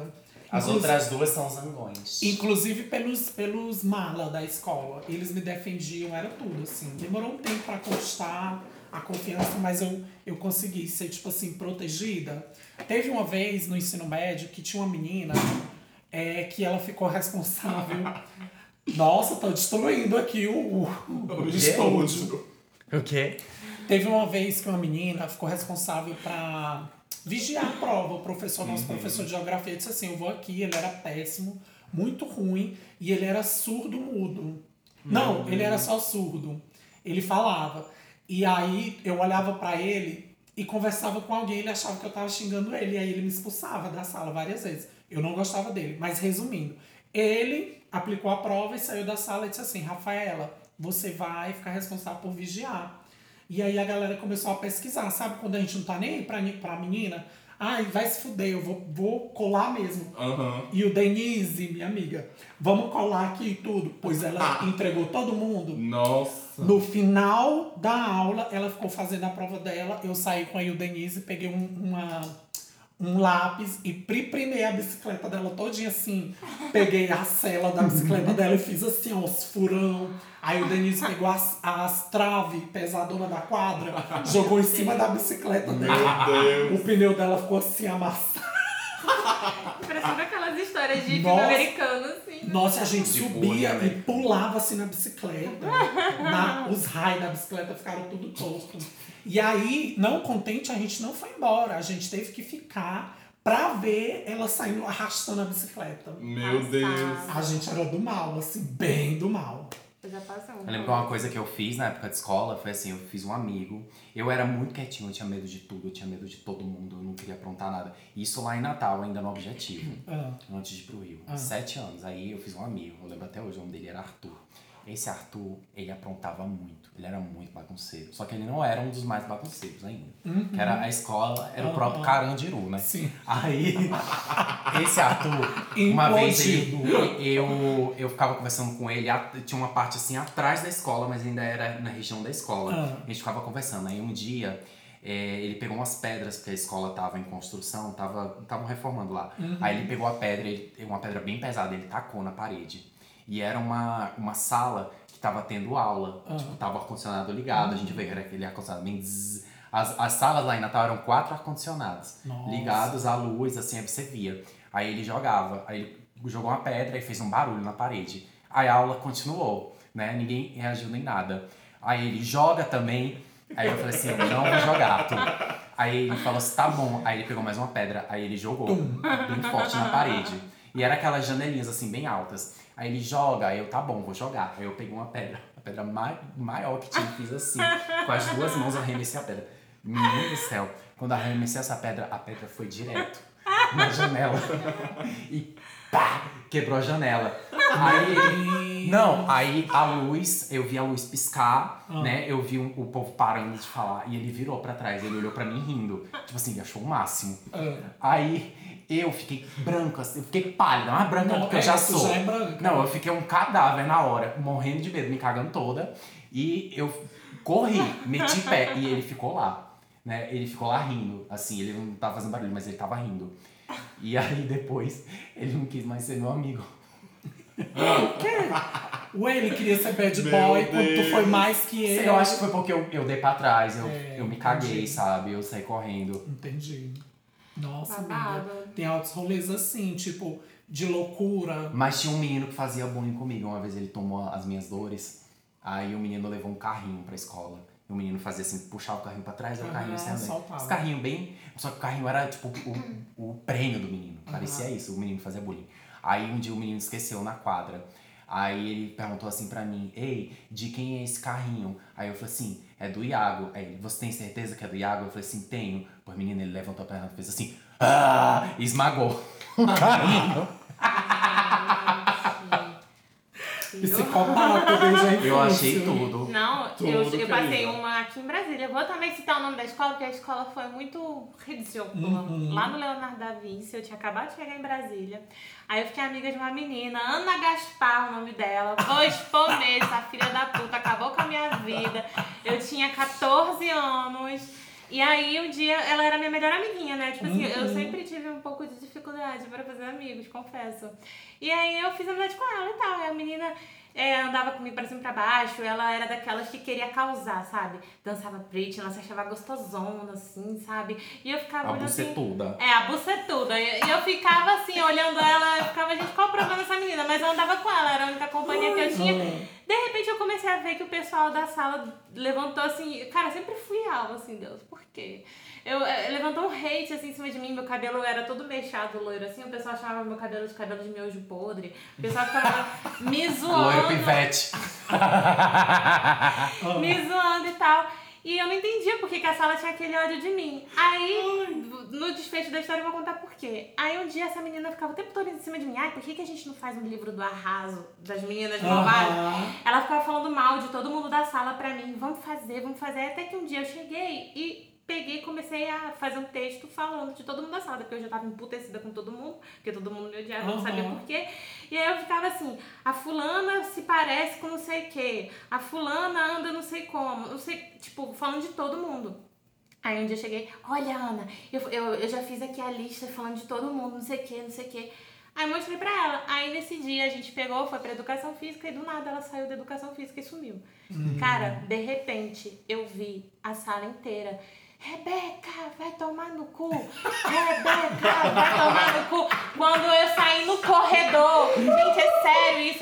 As outras duas são zangões. Inclusive pelos mala da escola. Eles me defendiam, era tudo, assim. Demorou um tempo pra conquistar a confiança, mas eu consegui ser, tipo assim, protegida. Teve uma vez no ensino médio que tinha uma menina que ela ficou responsável. Nossa, tô destruindo aqui o estúdio. O quê? Teve uma vez que uma menina ficou responsável pra vigiar a prova. O professor, nosso professor de geografia, disse assim, eu vou aqui, ele era péssimo, muito ruim, e ele era surdo-mudo. Não, ele era só surdo. Ele falava. E aí eu olhava pra ele e conversava com alguém, ele achava que eu tava xingando ele, e aí ele me expulsava da sala várias vezes. Eu não gostava dele, mas resumindo, ele aplicou a prova e saiu da sala e disse assim, Rafaela, você vai ficar responsável por vigiar. E aí a galera começou a pesquisar, sabe? Quando a gente não tá nem aí pra menina, ai, vai se fuder, eu vou colar mesmo. E o Denise, minha amiga, vamos colar aqui e tudo. Pois ela entregou todo mundo. Nossa. No final da aula, ela ficou fazendo a prova dela, eu saí com a Denise, peguei um lápis e primei a bicicleta dela todinha assim. Peguei a sela da bicicleta dela e fiz assim, ó, os furão. Aí o Denise pegou as traves pesadonas da quadra, jogou em cima da bicicleta dela. Meu Deus. O pneu dela ficou assim, amassado. Parece aquelas histórias de filme Nossa. americano, assim. Nossa, a gente De subia bolha, e né? pulava assim na bicicleta. Os raios da bicicleta ficaram tudo toscos. E aí, não contente, a gente não foi embora. A gente teve que ficar pra ver ela saindo arrastando a bicicleta. Meu Deus. A gente era do mal, assim, bem do mal. Eu já passei um. Eu lembro que uma coisa que eu fiz na época de escola foi assim, eu fiz um amigo. Eu era muito quietinho, eu tinha medo de tudo, eu tinha medo de todo mundo, eu não queria aprontar nada. Isso lá em Natal, ainda no Objetivo, antes de ir pro Rio. 7 anos, aí eu fiz um amigo, eu lembro até hoje, o nome dele era Arthur. Esse Arthur, ele aprontava muito, ele era muito bagunceiro. Só que ele não era um dos mais bagunceiros ainda. Que era a escola, era o próprio Carandiru, né? Sim. Aí, esse Arthur, uma vez eu ficava conversando com ele, tinha uma parte assim atrás da escola, mas ainda era na região da escola. A gente ficava conversando. Aí um dia, ele pegou umas pedras, porque a escola tava em construção, estavam reformando lá. Aí ele pegou a pedra, uma pedra bem pesada, ele tacou na parede. E era uma sala que tava tendo aula. Tipo, tava o ar-condicionado ligado. A gente veio, era aquele ar-condicionado bem zzz. As salas lá em Natal eram 4 ar-condicionados. Ligados à luz, assim, aí você via. Aí ele jogava. Aí ele jogou uma pedra e fez um barulho na parede. Aí a aula continuou, né? Ninguém reagiu nem nada. Aí ele joga também. Aí eu falei assim, eu não vou jogar, Arthur. Aí ele falou assim, tá bom. Aí ele pegou mais uma pedra. Aí ele jogou bem forte na parede. E era aquelas janelinhas, assim, bem altas. Aí ele joga, aí eu, tá bom, vou jogar. Aí eu peguei uma pedra, a pedra maior que tinha, fiz assim. Com as 2 mãos eu arremessei a pedra. Menino do céu, quando eu arremessei essa pedra, a pedra foi direto na janela. E pá, quebrou a janela. Aí a luz, eu vi a luz piscar, né? Eu vi o povo parando de falar. E ele virou pra trás, ele olhou pra mim rindo. Tipo assim, achou o máximo. Aí eu fiquei branco, assim, eu fiquei pálida, mais branca do que eu já sou. Já é branca. Não, eu fiquei um cadáver na hora, morrendo de medo, me cagando toda. E eu corri, meti pé, e ele ficou lá, né? Ele ficou lá rindo, assim, ele não tava fazendo barulho, mas ele tava rindo. E aí depois, ele não quis mais ser meu amigo. Ué, ele queria ser bad Meu boy quando tu Deus. foi mais que ele. Eu acho que foi porque eu dei pra trás, eu me caguei, entendi. sabe? Eu saí correndo. Entendi. Nossa, Babado. amiga. Tem altos rolês assim, tipo, de loucura. Mas tinha um menino que fazia bullying comigo. Uma vez ele tomou as minhas dores. Aí o menino levou um carrinho pra escola. E o menino fazia assim, puxava o carrinho pra trás, e o carrinho saindo. soltava. Esse carrinho bem... Só que o carrinho era tipo o prêmio do menino. Parecia isso, o menino fazia bullying. Aí um dia o menino esqueceu na quadra. Aí ele perguntou assim pra mim, ei, de quem é esse carrinho? Aí eu falei assim, é do Iago. Aí ele, você tem certeza que é do Iago? Eu falei assim, tenho. Pô, o menino, ele levantou a perna e fez assim, e esmagou o carrinho. Psicopata desde a infância. Eu achei tudo. Não, Tudo, eu passei querida. uma aqui em Brasília. Vou também citar o nome da escola, porque a escola foi muito ridícula. Lá no Leonardo da Vinci, eu tinha acabado de chegar em Brasília. Aí eu fiquei amiga de uma menina, Ana Gaspar, o nome dela. Vou expor mesmo, essa filha da puta, acabou com a minha vida. Eu tinha 14 anos. E aí um dia ela era minha melhor amiguinha, né? Tipo assim, eu sempre tive um pouco de dificuldade pra fazer amigos, confesso. E aí eu fiz amizade com ela e tal. E a menina andava comigo pra cima e pra baixo. Ela era daquelas que queria causar, sabe? Dançava Britney, ela se achava gostosona, assim, sabe? E eu ficava olhando assim... A bucetuda. E eu ficava assim, olhando ela, eu ficava, gente, qual o problema dessa menina? Mas eu andava com ela, era a única companhia que eu tinha. De repente eu comecei a ver que o pessoal da sala levantou assim... Cara, sempre fui alvo, assim, Deus, por quê? Levantou um hate assim em cima de mim, meu cabelo era todo mechado, loiro assim, o pessoal chamava meu cabelo de miojo podre, o pessoal ficava me zoando. Loiro pivete. Me zoando e tal. E eu não entendia por que a sala tinha aquele ódio de mim. Aí, no desfecho da história, eu vou contar por quê. Aí um dia essa menina ficava o tempo todo em cima de mim. Ai, por que a gente não faz um livro do arraso das meninas malvadas? Ela ficava falando mal de todo mundo da sala pra mim. Vamos fazer. Até que um dia eu cheguei e peguei e comecei a fazer um texto falando de todo mundo da sala, porque eu já tava emputecida com todo mundo, porque todo mundo me odiava, não sabia por quê. E aí eu ficava assim, a fulana se parece com não sei o quê, a fulana anda não sei como, não sei, tipo, falando de todo mundo. Aí um dia eu cheguei, olha, Ana, eu já fiz aqui a lista falando de todo mundo, não sei o quê. Aí eu mostrei pra ela. Aí nesse dia a gente pegou, foi pra educação física e do nada ela saiu da educação física e sumiu. Cara, de repente eu vi a sala inteira. Rebeca, vai tomar no cu. Rebeca, vai tomar no cu. Quando eu saí no corredor, gente, é sério isso.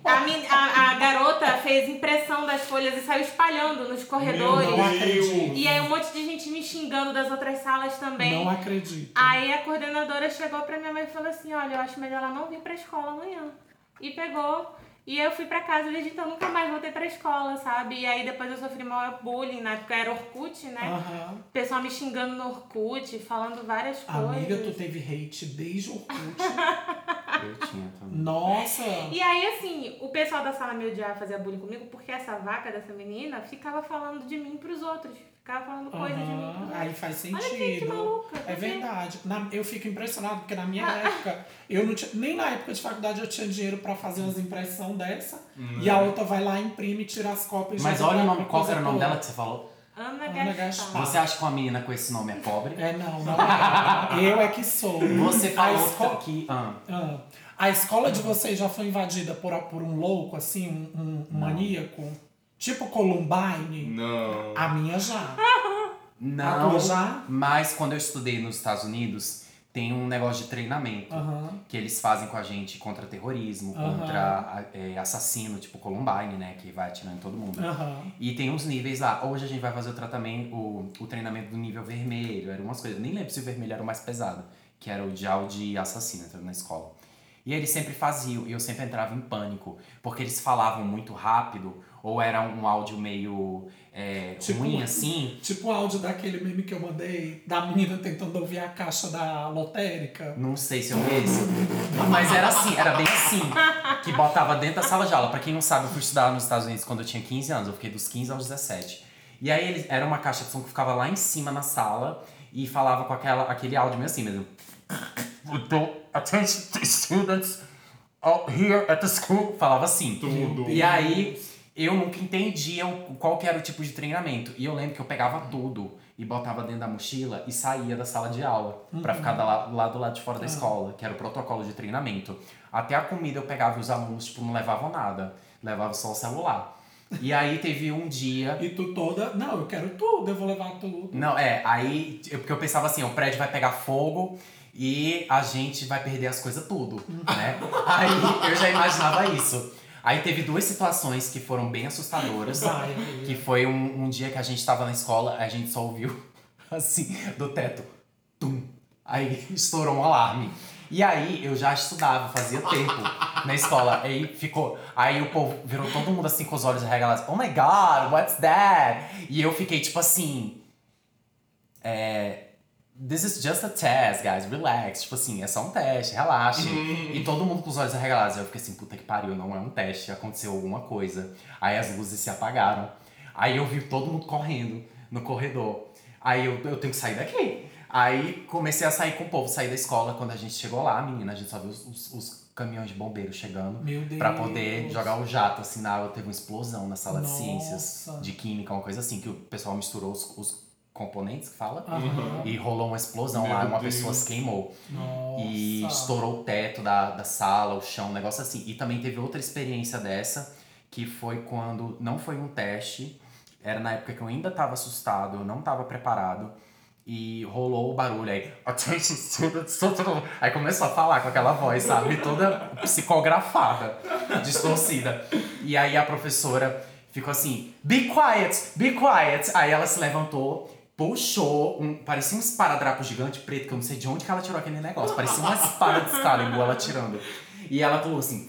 A garota fez impressão das folhas e saiu espalhando nos corredores. Não acredito. E aí um monte de gente me xingando das outras salas também. Não acredito. Aí a coordenadora chegou pra minha mãe e falou assim, olha, eu acho melhor ela não vir pra escola amanhã. E pegou... E eu fui pra casa desde então, nunca mais voltei pra escola, sabe? E aí depois eu sofri maior bullying, na época era Orkut, né? O pessoal me xingando no Orkut, falando várias coisas. Amiga, tu teve hate desde o Orkut. Eu tinha também. Nossa! E aí, assim, o pessoal da sala me odiava fazer bullying comigo porque essa vaca dessa menina ficava falando de mim pros outros. Ficava falando coisas de mim pros outros. Aí faz sentido. Olha que maluca. É verdade. Eu fico impressionado, porque na minha época, eu não tinha, nem na época de faculdade eu tinha dinheiro pra fazer umas impressões dessa. E a outra vai lá, imprime, tira as cópias. Mas olha o nome, qual era o nome dela que você falou? Ana Gaspar. Gaspar. Você acha que uma menina com esse nome é pobre? Não é. Eu é que sou. Você falou que... A escola de vocês já foi invadida por um louco, assim, um maníaco? Tipo Columbine? Não. A minha já. Não, A tua já? mas quando eu estudei nos Estados Unidos, tem um negócio de treinamento que eles fazem com a gente contra terrorismo, contra assassino, tipo Columbine, né? Que vai atirando em todo mundo. E tem uns níveis lá. Hoje a gente vai fazer o treinamento do nível vermelho, eram umas coisas. Nem lembro se o vermelho era o mais pesado, que era o de assassino entrando na escola. E eles sempre faziam, e eu sempre entrava em pânico, porque eles falavam muito rápido, ou era um áudio meio ruim, assim. Tipo o áudio daquele meme que eu mandei, da menina tentando ouvir a caixa da lotérica. Não sei se eu vi esse. Mas era assim, era bem assim, que botava dentro da sala de aula. Pra quem não sabe, eu fui estudar nos Estados Unidos quando eu tinha 15 anos, eu fiquei dos 15 aos 17. E aí era uma caixa de som que ficava lá em cima na sala, e falava com aquele áudio meio assim mesmo. Attention to students out here at the school. Falava assim. Tudo. E aí, eu nunca entendia qual que era o tipo de treinamento. E eu lembro que eu pegava tudo e botava dentro da mochila e saía da sala de aula. Pra ficar lá do lado de fora da escola, que era o protocolo de treinamento. Até a comida eu pegava e os alunos, tipo, não levavam nada. Levava só o celular. E aí teve um dia... E tu toda... Não, eu quero tudo, eu vou levar tudo. Não, aí... Porque eu pensava assim, o prédio vai pegar fogo... E a gente vai perder as coisas tudo, né? Aí eu já imaginava isso. Aí teve duas situações que foram bem assustadoras. Que foi um dia que a gente tava na escola, a gente só ouviu, assim, do teto. Tum. Aí estourou um alarme. E aí eu já estudava, fazia tempo na escola. Aí o povo virou todo mundo assim com os olhos arregalados. Oh my God, what's that? E eu fiquei tipo assim... This is just a test, guys. Relax. Tipo assim, é só um teste, relaxe. E todo mundo com os olhos arregalados. Eu fiquei assim, puta que pariu, não é um teste. Aconteceu alguma coisa. Aí as luzes se apagaram. Aí eu vi todo mundo correndo no corredor. Aí eu tenho que sair daqui. Aí comecei a sair com o povo, sair da escola. Quando a gente chegou lá, menina, a gente só viu os caminhões de bombeiros chegando. Meu Deus. Pra poder jogar o jato, assim, na água. Teve uma explosão na sala de ciências, de química, uma coisa assim. Que o pessoal misturou os componentes que fala. Aham. E rolou uma explosão Meu lá, uma Deus. pessoa se queimou. Nossa. E estourou o teto da sala, o chão, um negócio assim. E também teve outra experiência dessa, que foi quando não foi um teste, era na época que eu ainda tava assustado, eu não tava preparado. E rolou o barulho aí. Aí começou a falar com aquela voz, sabe? Toda psicografada, distorcida. E aí a professora ficou assim, be quiet, be quiet. Aí ela se levantou, puxou, parecia um esparadrapo gigante preto, que eu não sei de onde que ela tirou aquele negócio. Parecia uma espada de Excalibur ela tirando. E ela pulou assim,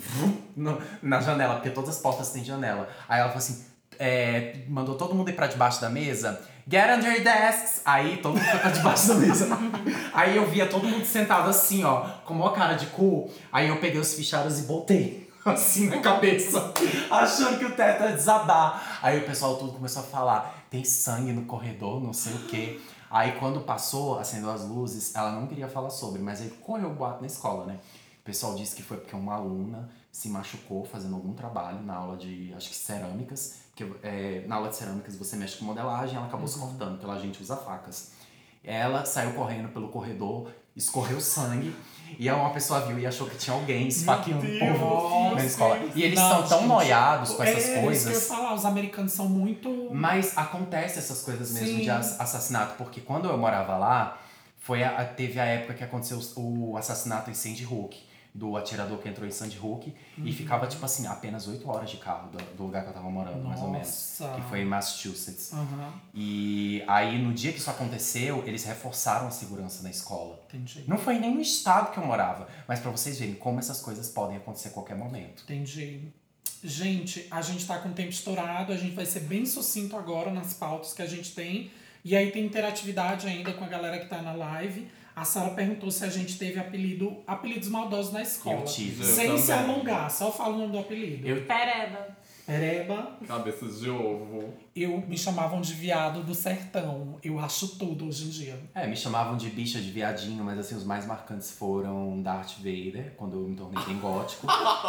na janela, porque todas as portas têm janela. Aí ela falou assim, mandou todo mundo ir pra debaixo da mesa. Get under your desks! Aí todo mundo foi pra debaixo da mesa. Aí eu via todo mundo sentado assim, ó, com uma cara de cu. Aí eu peguei os fichários e botei assim na cabeça, achando que o teto ia desabar. Aí o pessoal tudo começou a falar, tem sangue no corredor, não sei o quê. Aí quando passou, acendeu as luzes, ela não queria falar sobre, mas aí correu o boato na escola, né? O pessoal disse que foi porque uma aluna se machucou fazendo algum trabalho na aula de, acho que cerâmicas, porque na aula de cerâmicas você mexe com modelagem, ela acabou se cortando, porque a gente usa facas. Ela saiu correndo pelo corredor, escorreu sangue, e aí uma pessoa viu e achou que tinha alguém esfaqueando o povo na escola. E eles são tão noiados com essas coisas. Isso que eu ia falar, os americanos são muito... Mas acontece essas coisas mesmo Sim. de assassinato, porque quando eu morava lá, teve a época que aconteceu o assassinato em Sandy Hook, do atirador que entrou em Sandy Hook, e ficava, tipo assim, apenas 8 horas de carro do lugar que eu tava morando, mais ou menos. Nossa. Que foi em Massachusetts. Aham, E aí, no dia que isso aconteceu, eles reforçaram a segurança na escola. entendi. Não foi nem no estado que eu morava, mas pra vocês verem como essas coisas podem acontecer a qualquer momento. Entendi. Gente, a gente tá com o tempo estourado, a gente vai ser bem sucinto agora nas pautas que a gente tem. E aí tem interatividade ainda com a galera que tá na live. A Sara perguntou se a gente teve apelidos maldosos na escola. Eu tive. Sem Eu se também. alongar, só fala o nome do apelido. Pereba. Pereba, Cabeças de ovo. me chamavam de viado do sertão. Eu acho tudo hoje em dia. Me chamavam de bicha de viadinho, mas assim, os mais marcantes foram Darth Vader, quando eu me tornei bem gótico.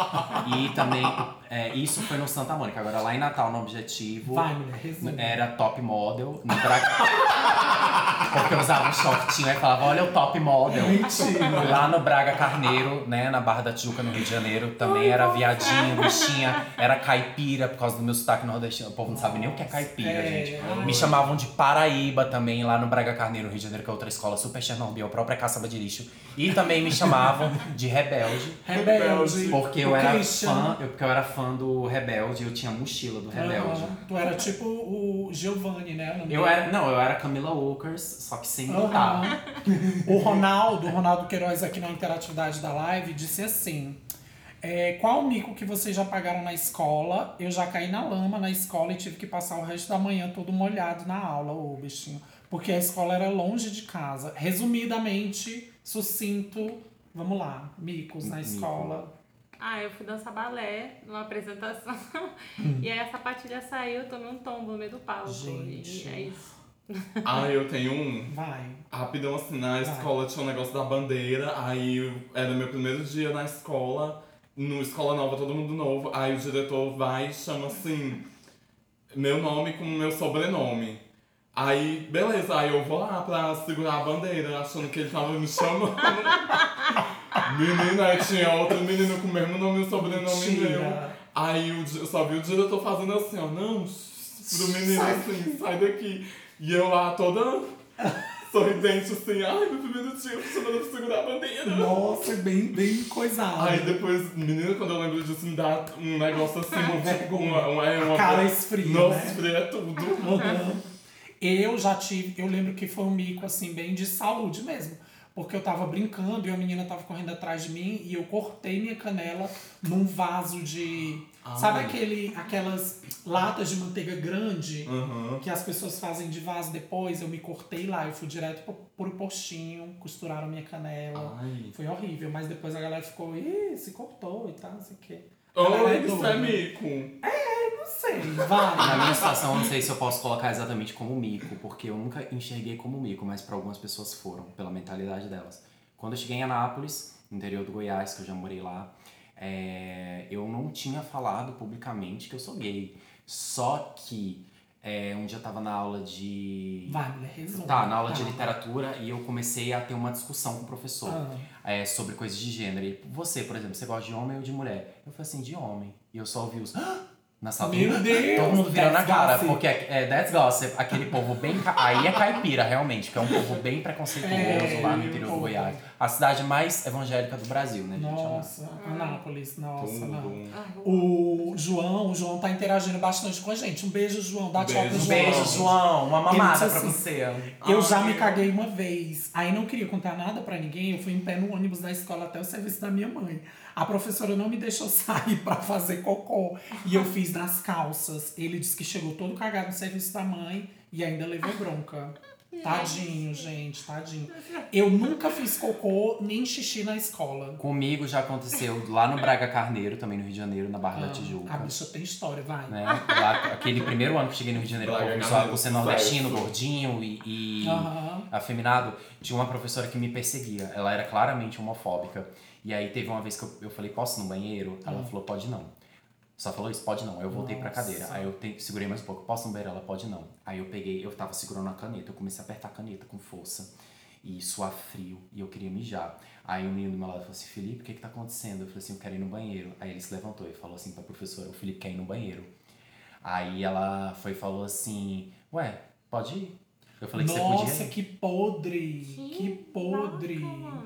E também, isso foi no Santa Mônica. Agora, lá em Natal, no Objetivo, Vai, mulher, resume. era top model. No Porque eu usava um shortinho e falava, olha o top model. Mentira. Lá no Braga Carneiro, né, na Barra da Tijuca, no Rio de Janeiro, também era viadinho, bichinha, era caipira, por causa do meu sotaque nordestino. O povo não sabe nem o que é caipira, gente. Me chamavam de Paraíba também, lá no Braga Carneiro, Rio de Janeiro, que é outra escola super Chernobyl, a própria caçamba de lixo. E também me chamavam de Rebelde. Rebelde. Porque eu o era Christian. porque eu era fã do Rebelde, eu tinha a mochila do Rebelde. Tu era tipo o Giovanni, né? O nome Eu dele. era Camila Walkers, só que sem Aham. botar. O Ronaldo Queiroz aqui na interatividade da live disse assim: qual mico que vocês já pagaram na escola? Eu já caí na lama na escola e tive que passar o resto da manhã todo molhado na aula, ô bichinho. Porque a escola era longe de casa. Resumidamente, sucinto, vamos lá, micos na Mico. escola. Eu fui dançar balé numa apresentação. E aí a sapatilha saiu, eu tomei um tombo no meio do palco. Gente. E é isso. Eu tenho um. Vai. Rapidão, assim, na escola tinha um negócio da bandeira, aí era meu primeiro dia na escola, no Escola Nova, todo mundo novo, aí o diretor vai e chama assim, meu nome com meu sobrenome. Aí, beleza, aí eu vou lá pra segurar a bandeira, achando que ele tava me chamando. Menina, aí tinha outro menino com o mesmo nome e sobrenome Mentira. meu. Aí eu só vi o diretor fazendo assim, ó, não, pro menino assim, sai daqui. E eu lá toda sorridente assim, ai, meu primeiro dia, chamando pra segurar a bandeira. Nossa, bem coisado. Aí depois, menina, quando eu lembro disso, me dá um negócio assim, Vergonha. uma Cara esfria, Nossa, né? esfria tudo. Eu lembro que foi um mico, assim, bem de saúde mesmo. Porque eu tava brincando e a menina tava correndo atrás de mim e eu cortei minha canela num vaso de... Sabe aquelas latas de manteiga grande que as pessoas fazem de vaso depois? Eu me cortei lá, eu fui direto pro postinho, costuraram minha canela. Ai. Foi horrível, mas depois a galera ficou, se cortou e tal, não sei o quê. Oi, é isso é doido. mico. Não sei, vai. Na minha situação, eu não sei se eu posso colocar exatamente como mico, porque eu nunca enxerguei como mico, mas para algumas pessoas foram, pela mentalidade delas. Quando eu cheguei em Anápolis, no interior do Goiás, que eu já morei lá, eu não tinha falado publicamente que eu sou gay. Só que Um dia eu tava na aula de... Vai, mulher, resume. Tá, na aula de literatura e eu comecei a ter uma discussão com o professor sobre coisas de gênero. E você, por exemplo, você gosta de homem ou de mulher? Eu falei assim, de homem. E eu só ouvi os... Na sala, Meu Deus! todo mundo virando a cara, gossip. porque that's gossip, aquele povo bem... Aí é caipira, realmente, que é um povo bem preconceituoso lá no interior do Goiás. A cidade mais evangélica do Brasil, né, gente? Nossa, Anápolis, nossa, não. Tudo. O João tá interagindo bastante com a gente. Um beijo, João. Dá tchau pro Um João. beijo, João. Uma mamada Ele pra disse você. Eu já me caguei uma vez. Aí não queria contar nada pra ninguém. Eu fui em pé no ônibus da escola até o serviço da minha mãe. A professora não me deixou sair pra fazer cocô. E eu fiz nas calças. Ele disse que chegou todo cagado no serviço da mãe e ainda levou bronca. Tadinho, gente, tadinho. Eu nunca fiz cocô nem xixi na escola. Comigo já aconteceu lá no Braga Carneiro, também no Rio de Janeiro, na Barra da Tijuca. A bicha tem história, vai. Né? Lá, aquele primeiro ano que cheguei no Rio de Janeiro, Braga por Carneiro, ser nordestino, certo. gordinho e Aham. afeminado, tinha uma professora que me perseguia. Ela era claramente homofóbica. E aí teve uma vez que eu falei, posso ir no banheiro? Ela falou, pode não. Só falou isso, pode não. Aí eu voltei pra cadeira. Aí eu segurei mais um pouco, posso ir no banheiro? Ela, pode não. Aí eu peguei, eu tava segurando a caneta, eu comecei a apertar a caneta com força. E suar frio, e eu queria mijar. Aí o menino do meu lado falou assim, Felipe, o que tá acontecendo? Eu falei assim, eu quero ir no banheiro. Aí ele se levantou e falou assim pra professora, o Felipe quer ir no banheiro. Aí ela foi e falou assim, ué, pode ir? Eu falei que você podia Nossa, ir. que podre. Que podre.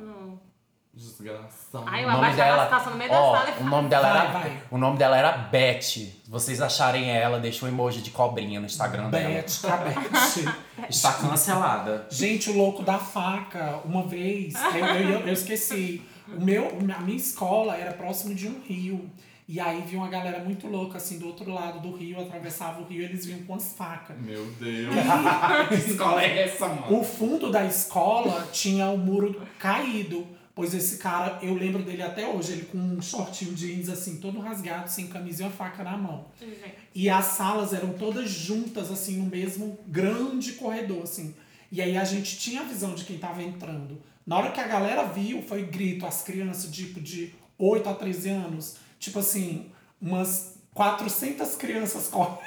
Desgraçado. Ai, eu O nome abaixo a dela, classificação no meio da sala e o nome dela Vai, era, vai. o nome dela era Beth. Se vocês acharem ela, deixa um emoji de cobrinha no Instagram dela. Beth, a Beth. Está cancelada. Gente, o louco da faca, uma vez, eu esqueci. A minha escola era próximo de um rio. E aí vinha uma galera muito louca, assim, do outro lado do rio, atravessava o rio, eles vinham com as facas. Meu Deus. Que escola é essa, mano? O fundo da escola tinha o muro caído. Pois esse cara, eu lembro dele até hoje, ele com um shortinho jeans assim, todo rasgado, sem camisa e uma faca na mão. E as salas eram todas juntas, assim, no mesmo grande corredor, assim. E aí a gente tinha a visão de quem tava entrando. Na hora que a galera viu, foi grito, as crianças, tipo, de 8 a 13 anos, tipo assim, umas 400 crianças correndo.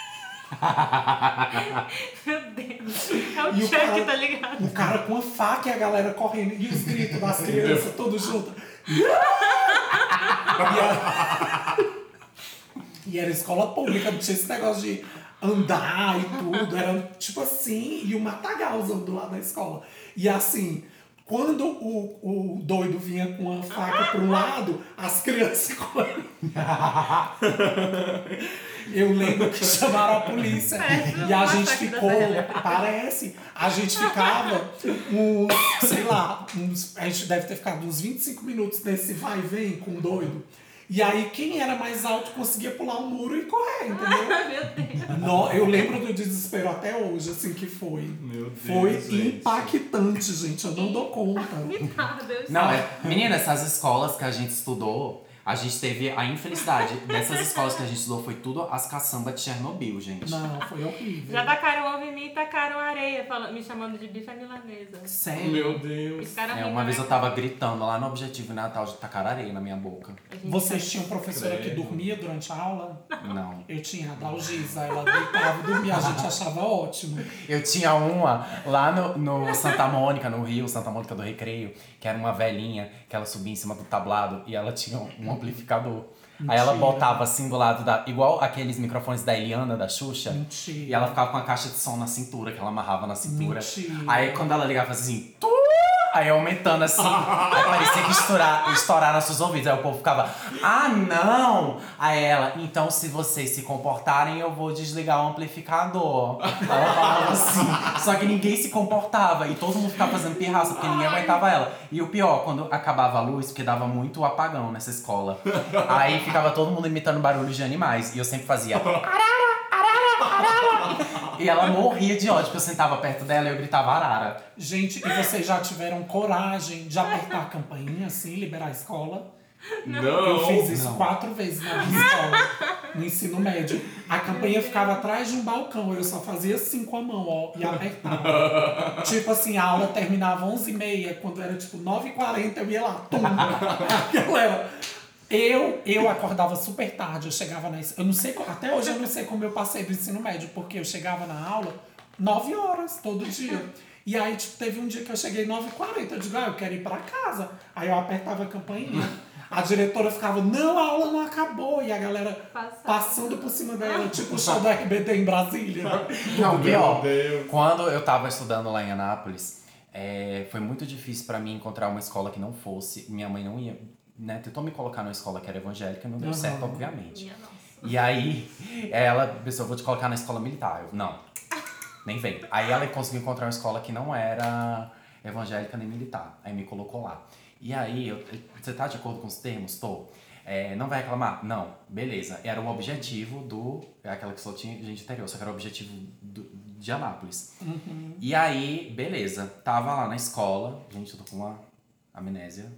Meu Deus. É o E o Chuck, cara- tá ligado? O cara com a faca e a galera correndo. E os gritos das crianças, todos juntos. E era escola pública, não tinha esse negócio de andar e tudo. Era tipo assim, e o matagalzão do lado da escola. E assim, quando o doido vinha com a faca pro lado, as crianças correndo. Eu lembro que chamaram a polícia. E a gente ficou, a gente ficava sei lá, a gente deve ter ficado uns 25 minutos nesse vai e vem com o doido. E aí quem era mais alto conseguia pular um muro e correr, entendeu? Meu Deus. Eu lembro do desespero até hoje, assim, que foi. Meu Deus, Foi gente. impactante, gente. Eu não dou conta. Não, menina, essas escolas que a gente estudou, a gente teve a infelicidade. Dessas escolas que a gente estudou, foi tudo as caçambas de Chernobyl, gente. Não, foi horrível. Já tacaram ovo em mim e tacaram areia, me chamando de bifa milanesa. Sério. Meu Deus. Uma vez eu tava gritando lá no Objetivo Natal de tacar areia na minha boca. Vocês tinham professora que Credo. dormia durante a aula? Não. Eu tinha a Dalgisa, ela deitava e dormia, a gente achava ótimo. Eu tinha uma lá no Santa Mônica, no Rio, Santa Mônica do Recreio, que era uma velhinha que ela subia em cima do tablado e ela tinha um amplificador. Aí ela botava assim do lado igual aqueles microfones da Eliana, da Xuxa. Mentira. E ela ficava com a caixa de som na cintura, que ela amarrava na cintura. Mentira. Aí quando ela ligava, fazia assim, aí aumentando assim, aí parecia que estourar nos seus ouvidos. Aí o povo ficava, ah não! Aí ela, então se vocês se comportarem, eu vou desligar o amplificador. Ela falava assim, só que ninguém se comportava. E todo mundo ficava fazendo pirraça, porque ninguém aguentava ela. E o pior, quando acabava a luz, porque dava muito apagão nessa escola. Aí ficava todo mundo imitando barulhos de animais. E eu sempre fazia, e ela morria de ódio, porque eu sentava perto dela e eu gritava arara. Gente, e vocês já tiveram coragem de apertar a campainha assim, liberar a escola? Não. Eu fiz isso Não. 4 vezes na minha escola, no ensino médio. A campainha ficava atrás de um balcão, eu só fazia assim com a mão, ó, e apertava. Tipo assim, a aula terminava 11h30, quando era tipo 9h40, eu ia lá, tum. A galera Eu acordava super tarde, eu chegava eu não sei, até hoje eu não sei como eu passei do ensino médio, porque eu chegava na aula 9 horas todo dia. E aí, tipo, teve um dia que eu cheguei 9h40, eu digo, eu quero ir pra casa. Aí eu apertava a campainha, a diretora ficava, não, a aula não acabou. E a galera passando por cima dela, tipo o show do RBD em Brasília. Não, pior. Deus. Quando eu tava estudando lá em Anápolis, foi muito difícil pra mim encontrar uma escola que não fosse. Minha mãe não ia, né? Tentou me colocar numa escola que era evangélica, não deu certo, obviamente. Minha nossa. E aí, ela pensou, eu vou te colocar na escola militar. Eu, não, nem vem. Aí ela conseguiu encontrar uma escola que não era evangélica nem militar. Aí me colocou lá. E aí, você tá de acordo com os termos? Tô. Não vai reclamar? Não. Beleza. Era o objetivo aquela que só tinha gente interior, só que era o objetivo de Anápolis. Uhum. E aí, beleza. Tava lá na escola. Gente, eu tô com uma amnésia.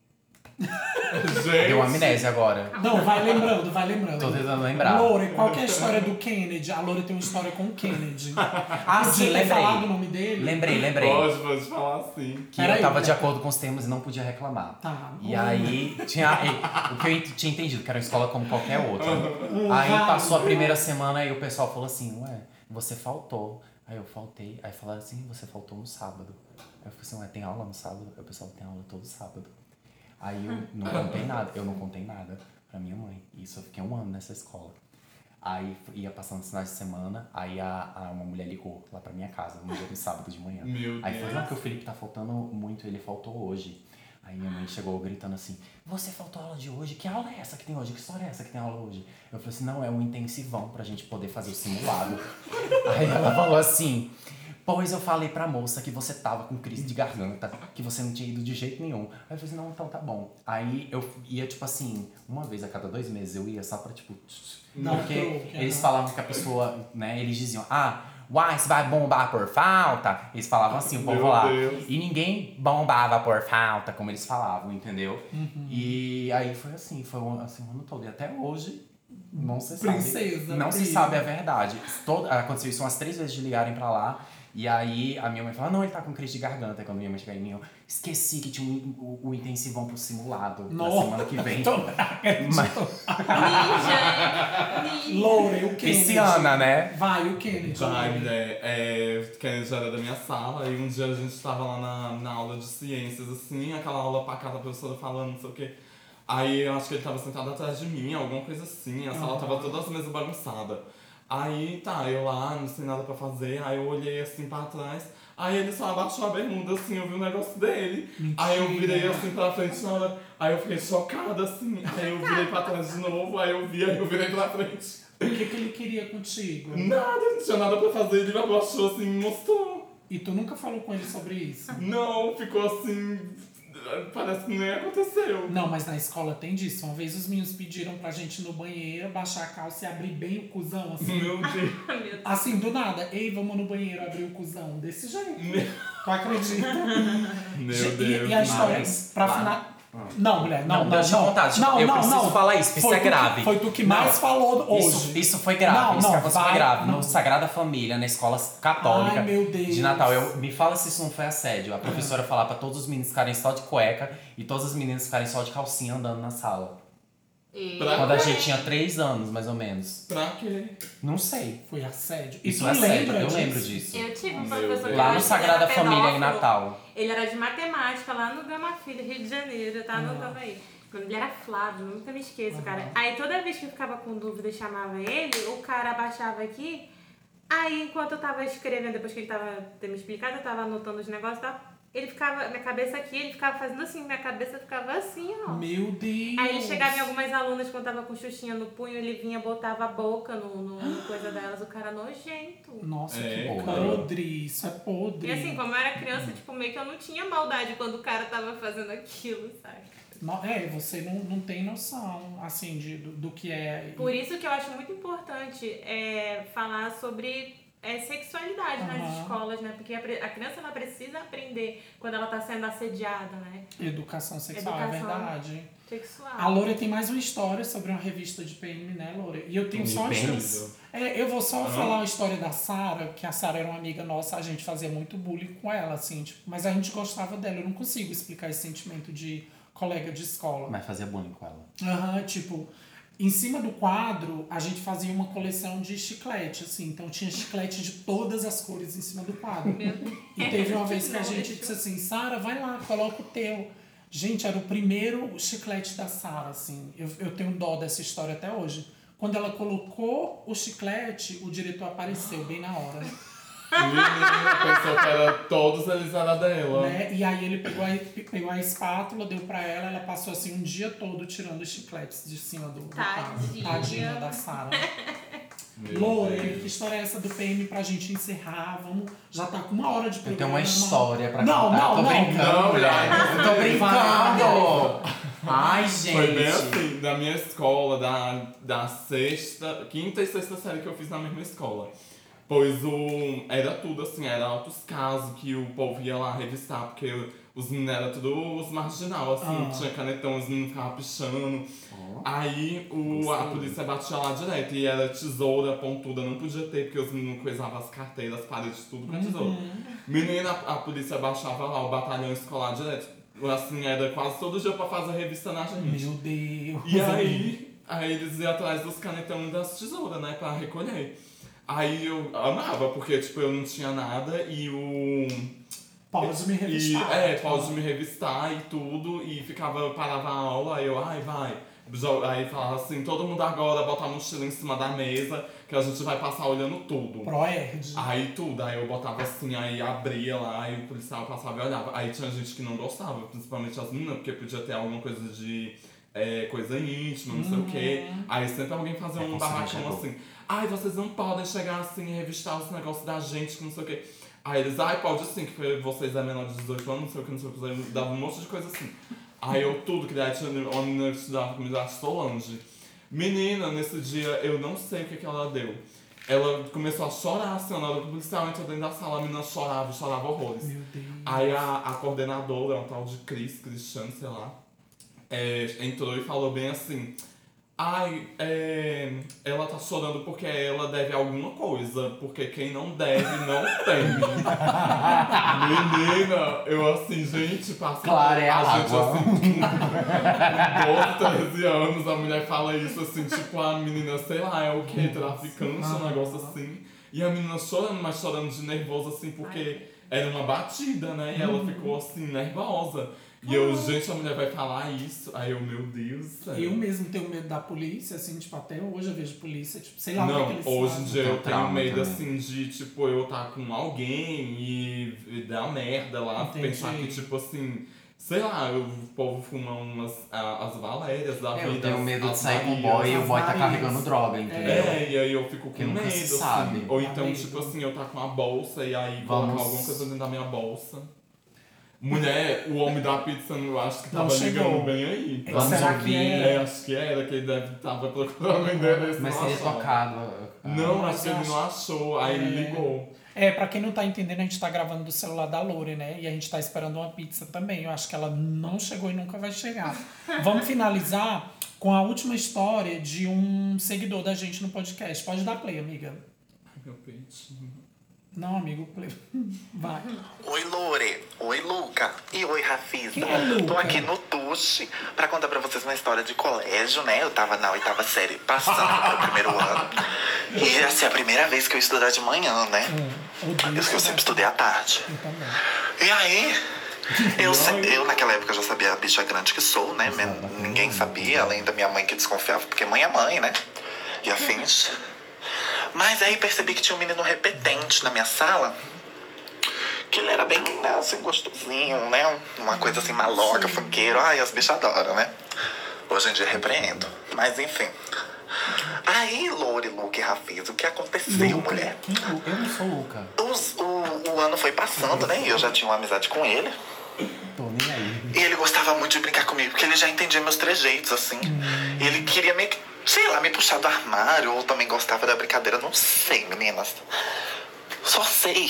Gente. Deu amnésia agora. Não, vai lembrando. Tô tentando lembrar. Loure, qual que é a história do Kennedy? A Loure tem uma história com o Kennedy. Ah, Você sim, tem lembrei. falado o nome dele? Lembrei. Pode falar assim. Que eu tava de acordo com os termos e não podia reclamar. Tá. E aí, o que eu tinha entendido, que era uma escola como qualquer outra. Aí passou a primeira semana e o pessoal falou assim, ué, você faltou. Aí eu faltei. Aí falaram assim, você faltou no sábado. Aí eu falei assim, ué, tem aula no sábado? Aí o pessoal tem aula todo sábado. Aí eu não contei nada pra minha mãe. Isso eu fiquei 1 ano nessa escola. Aí ia passando os finais de semana, aí uma mulher ligou lá pra minha casa, no dia do sábado de manhã. Meu Aí Deus. falou, não, que o Felipe tá faltando muito, ele faltou hoje. Aí minha mãe chegou gritando assim, você faltou aula de hoje? Que aula é essa que tem hoje? Que história é essa que tem aula hoje? Eu falei assim, não, é um intensivão pra gente poder fazer o simulado. Aí ela falou assim, pois eu falei pra moça que você tava com crise de garganta, que você não tinha ido de jeito nenhum. Aí eu falei assim, não, então tá bom. Aí eu ia, tipo assim, uma vez a cada 2 meses eu ia só pra, tipo... Porque eles falavam que a pessoa, né, eles diziam, uai, você vai bombar por falta? Eles falavam assim, o povo Meu lá. Deus. E ninguém bombava por falta, como eles falavam, entendeu? E aí foi assim, foi o ano todo. E até hoje, não se sabe. Princesa, Não se sabe a verdade. Aconteceu isso umas 3 vezes de ligarem pra lá. E aí a minha mãe falou, não, ele tá com crise de garganta. Aí quando minha mãe chegar em mim, eu esqueci que tinha o intensivão pro simulado na semana que vem. Ninja. Loure, o Kennedy. Pisciana, né? Vai, o Kennedy. Vai, mulher. Kennedy era da minha sala e um dia a gente tava lá na aula de ciências, assim, aquela aula pacata, a professora falando, não sei o quê. Aí eu acho que ele tava sentado atrás de mim, alguma coisa assim, a sala tava toda as mesas bagunçadas. Aí tá, eu lá, não sei nada pra fazer, aí eu olhei assim pra trás, aí ele só abaixou a bermuda assim, eu vi o negócio dele. Mentira. Aí eu virei assim pra frente na hora, aí eu fiquei chocada assim, aí eu virei pra trás de novo, aí eu virei pra frente. O que ele queria contigo? Nada, não tinha nada pra fazer, ele abaixou assim, me mostrou. E tu nunca falou com ele sobre isso? Não, ficou assim, parece que nem aconteceu. Não, mas na escola tem disso. Uma vez os meninos pediram pra gente ir no banheiro, baixar a calça e abrir bem o cuzão, assim. Meu Deus. Assim, do nada. Ei, vamos no banheiro abrir o cuzão. Desse jeito. Tu acredita? Meu Deus. E a história, Mas, pra claro. final... Não, mulher, não. Deixa eu contar. Eu preciso falar isso, porque isso é grave. Foi tu que mais falou hoje. Isso foi grave. Isso que aconteceu foi grave. No Sagrada Família, na escola católica Ai, meu Deus. de Natal. Me fala se isso não foi assédio. A professora falar pra todos os meninos ficarem só de cueca e todas as meninas ficarem só de calcinha andando na sala. Pra Quando a quê? gente tinha 3 anos, mais ou menos. Pra quê? Não sei. Foi assédio. E Isso tu é assédio. lembra Eu disso? lembro disso. Eu tive um Meu professor Deus. que Lá eu no acho que ele Sagrada era Família, em pedófilo. Natal. Ele era de matemática lá no Gama Filho, Rio de Janeiro. Eu tava anotando aí. Quando ele era Flávio, nunca me esqueço, cara. Aí toda vez que eu ficava com dúvida e chamava ele, o cara abaixava aqui. Aí enquanto eu tava escrevendo, depois que ele tava ter me explicado, eu tava anotando os negócios e tal. Ele ficava, minha cabeça aqui, ele ficava fazendo assim, minha cabeça ficava assim, ó. Meu Deus. Aí ele chegava em algumas alunas quando tava com xuxinha no punho, ele vinha, botava a boca no coisa delas, o cara nojento. Nossa, que É, podre. Isso é podre. E assim, como eu era criança, tipo, meio que eu não tinha maldade quando o cara tava fazendo aquilo, sabe? Você não tem noção, assim, do que é... Por isso que eu acho muito importante falar sobre sexualidade nas escolas, né? Porque a criança, ela precisa aprender quando ela tá sendo assediada, né? Educação sexual, é verdade. Sexual. A Loura tem mais uma história sobre uma revista de PM, né, Loura? E eu tenho só uma história. Eu vou só falar a história da Sara, que a Sara era uma amiga nossa, a gente fazia muito bullying com ela, assim, tipo, mas a gente gostava dela. Eu não consigo explicar esse sentimento de colega de escola. Mas fazia bullying com ela. Aham, tipo, em cima do quadro, a gente fazia uma coleção de chiclete, assim. Então tinha chiclete de todas as cores em cima do quadro. E teve uma vez que a gente disse assim, Sara, vai lá, coloca o teu. Gente, era o primeiro chiclete da Sara, assim. Eu tenho dó dessa história até hoje. Quando ela colocou o chiclete, o diretor apareceu bem na hora. Menina, pensou que era todos eles era dela. Né? E aí ele pegou a espátula, deu pra ela passou assim um dia todo tirando os chicletes de cima do quadro. Tadinha da Sara. Lore, que história é essa do PM pra gente encerrar? Vamos, já tá com 1 hora de programa. Eu tenho uma história pra não, contar. Não, tô brincando, mulher. Eu tô brincando. Ai, gente. Foi bem assim, da minha escola, da quinta e sexta série que eu fiz na mesma escola. Pois era tudo assim, era altos casos que o povo ia lá revistar, porque os meninos eram tudo os marginal, assim, tinha canetão, os meninos ficavam pichando. Aí a polícia batia lá direto e era tesoura pontuda, não podia ter, porque os meninos coisavam as carteiras, as paredes, tudo com tesoura. Menina, a polícia baixava lá, o batalhão escolar direto. Assim, era quase todo dia pra fazer revista na gente. Meu Deus. E aí eles iam atrás dos canetão e das tesouras, né, pra recolher. Aí eu amava, porque tipo, eu não tinha nada e pode me revistar. Pode me revistar e tudo. E parava a aula, aí eu, vai. Aí falava assim, todo mundo agora bota a mochila em cima da mesa, que a gente vai passar olhando tudo. Proerd. Aí eu botava assim, aí abria lá, e o policial passava e olhava. Aí tinha gente que não gostava, principalmente as meninas, porque podia ter alguma coisa de coisa íntima, não sei o quê. Aí sempre alguém fazia um barracão assim. Ai, vocês não podem chegar assim e revistar os negócios da gente, que não sei o quê. Aí eles, pode sim, que vocês é menor de 18 anos, não sei o que, dava um monte de coisa assim. Aí eu tudo, que daí tinha uma menina que estudava comigo da Solange. Menina, nesse dia, eu não sei o que ela deu. Ela começou a chorar, assim, na hora que o policial entrou dentro da sala, a menina chorava horrores. Meu Deus. Aí a coordenadora, uma tal de Cristiane, sei lá, entrou e falou bem assim, ela tá chorando porque ela deve alguma coisa, porque quem não deve não tem. Menina, eu assim, gente, passa claro, é a gente assim, com 12, 13 anos, a mulher fala isso assim, tipo, a menina, sei lá, é o quê? Traficante, um negócio assim. E a menina chorando, mas chorando de nervoso assim, porque era uma batida, né? E ela ficou assim, nervosa. E gente, a mulher vai falar isso. Aí meu Deus do céu. Eu mesmo tenho medo da polícia, assim, tipo, até hoje eu vejo polícia, tipo, sei lá não, o que eles hoje em dia eu tenho medo, também. assim, de, tipo, eu estar com alguém e dar merda lá. Entendi. Pensar que, tipo, assim, sei lá, o povo fuma as valérias da vida. Eu tenho medo de sair com o Marias. boy e o boy tá Marias. carregando droga, entendeu? E aí eu fico com Porque nunca medo, se assim. sabe. Ou então, medo. tipo assim, eu tá com a bolsa e aí colocar alguma coisa dentro da minha bolsa. Mulher, o homem da pizza, eu acho que tava ligando bem aí. Vamos Será ouvir. que é? Acho que era, que ele tava procurando o endereço. Mas não seria achava. tocado. Não, mas acho que ele não achou, aí ele ligou. Pra quem não tá entendendo, a gente tá gravando do celular da Lore, né? E a gente tá esperando uma pizza também. Eu acho que ela não chegou e nunca vai chegar. Vamos finalizar com a última história de um seguidor da gente no podcast. Pode dar play, amiga. Ai, meu peitinho. Não, amigo, play. Vai. Oi, Lore. Oi, Luca. E oi, Rafisa. Quem é Luca? Tô aqui no Tuxi pra contar pra vocês uma história de colégio, né? Eu tava na 8ª série, passando pro primeiro ano. E essa é a primeira vez que eu estudar de manhã, né? Eu sempre estudei à tarde. Eu também. E aí, eu naquela época já sabia a bicha grande que sou, né? Ninguém sabia, além da minha mãe que desconfiava, porque mãe é mãe, né? E afins. Mas aí percebi que tinha um menino repetente na minha sala, que ele era bem, né, assim, gostosinho, né? Uma coisa assim, maloca, funkeiro. Ai, as bichas adoram, né? Hoje em dia repreendo. Mas enfim. Aí, Lore, Luke e Rafisa, o que aconteceu, mulher? Eu não sou Luca. O ano foi passando, né? E eu já tinha uma amizade com ele. Tô nem aí. E ele gostava muito de brincar comigo, porque ele já entendia meus trejeitos, assim. E ele queria meio que, sei lá, me puxar do armário, ou também gostava da brincadeira, não sei, meninas. Só sei.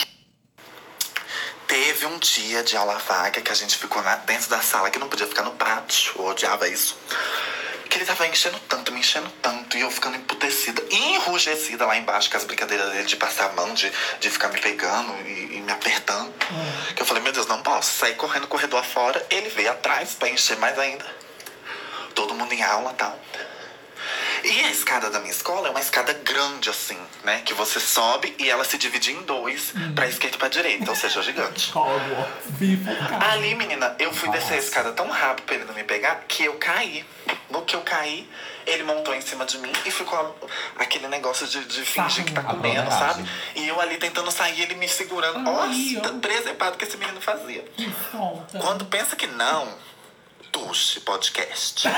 Teve um dia de aula vaga que a gente ficou dentro da sala, que não podia ficar no pátio, eu odiava isso. Que ele tava me enchendo tanto, e eu ficando emputecida, enrugecida lá embaixo, com as brincadeiras dele de passar a mão, de ficar me pegando e me apertando. Que eu falei, meu Deus, não posso. Saí correndo no corredor fora, ele veio atrás pra encher mais ainda. Todo mundo em aula e tal. E a escada da minha escola é uma escada grande, assim, né? Que você sobe e ela se divide em dois, pra esquerda e pra direita, ou seja, gigante. Ali, menina, eu fui descer a escada tão rápido pra ele não me pegar, que eu caí. No que eu caí, ele montou em cima de mim e ficou aquele negócio de fingir que tá comendo, sabe? E eu ali tentando sair, ele me segurando. Nossa, preservado que esse menino fazia. Quando pensa que não, Tuxi Podcast.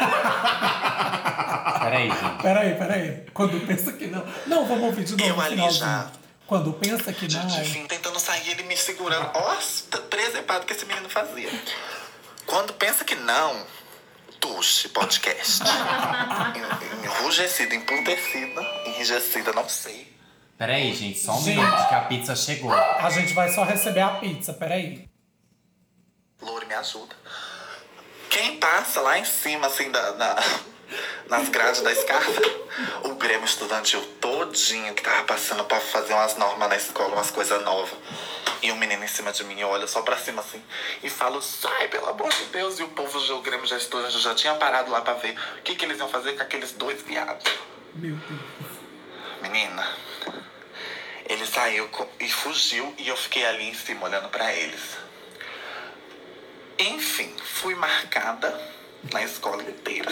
Peraí. Quando pensa que não. Não, vamos ouvir de novo. Eu ali já. Quando pensa que não. Enfim, tentando sair, ele me segurando. Nossa, preservado que esse menino fazia. Quando pensa que não, Tuxi Podcast. Enrugecida, enrijecida, não sei. Peraí, gente, só um minuto que a pizza chegou. A gente vai só receber a pizza, peraí. Loure, me ajuda. Quem passa lá em cima, assim, nas grades da escada, o Grêmio Estudantil todinho que tava passando pra fazer umas normas na escola, umas coisas novas. E o menino em cima de mim, eu olho só pra cima assim e falo, sai, pelo amor de Deus. E o povo do Grêmio já tinha parado lá pra ver o que eles iam fazer com aqueles dois viados. Meu Deus. Menina, ele saiu e fugiu e eu fiquei ali em cima olhando pra eles. Enfim, fui marcada na escola inteira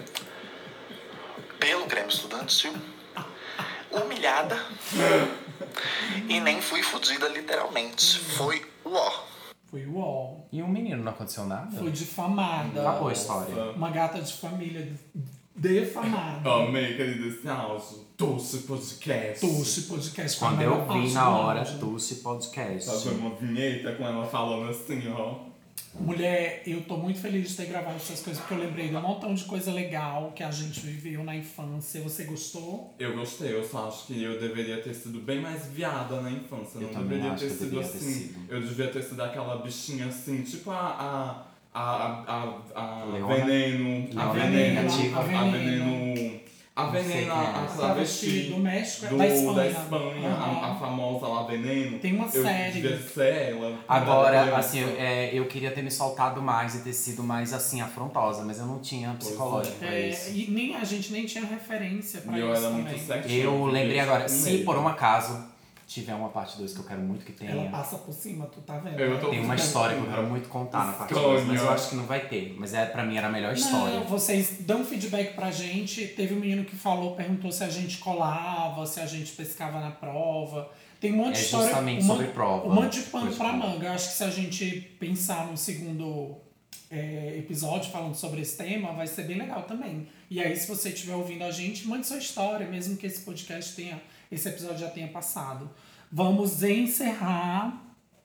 pelo Grêmio Estudantil, humilhada e nem fui fudida literalmente. Foi uó. Foi uó. E o menino não aconteceu nada? Foi difamada. Acabou a história. Uma gata de família defamada. Amei, querido, esse áudio. Tuxi Podcast. Tuxi Podcast. Quando eu vi na hora, Tuxi. Tuxi Podcast. Sabe, uma vinheta com ela falando assim, ó. Mulher, eu tô muito feliz de ter gravado essas coisas, porque eu lembrei de um montão de coisa legal que a gente viveu na infância. Você gostou? Eu gostei, eu só acho que eu deveria ter sido bem mais viada na infância. Eu não também deveria acho ter que eu sido deveria ter assim. sido. Eu devia ter sido aquela bichinha assim, tipo a Leona? Veneno. Leona A Veneno. Veneno. A Veneno, a travesti do México, da da Espanha, Espanha. a famosa lá Veneno. Tem uma série. Eu devia ser ela. Agora, assim, eu queria ter me soltado mais e ter sido mais, assim, afrontosa, mas eu não tinha psicológico pra isso. E nem, a gente nem tinha referência pra Eu isso era também. muito certinho. Eu lembrei agora, Com se medo. por um acaso tiver uma parte 2 que eu quero muito que tenha, Ela passa por cima, tu tá vendo? Eu tô- tem uma história que eu quero muito contar na parte 2, Estonha. mas eu acho que não vai ter. Mas pra mim era a melhor história. Não, vocês dão feedback pra gente. Teve um menino que perguntou se a gente colava, se a gente pescava na prova. Tem um monte de história. Justamente sobre prova. Um monte de pano Coisa pra boa. manga. Eu acho que se a gente pensar num segundo episódio falando sobre esse tema, vai ser bem legal também. E aí, se você estiver ouvindo a gente, mande sua história, mesmo que esse esse episódio já tenha passado. Vamos encerrar.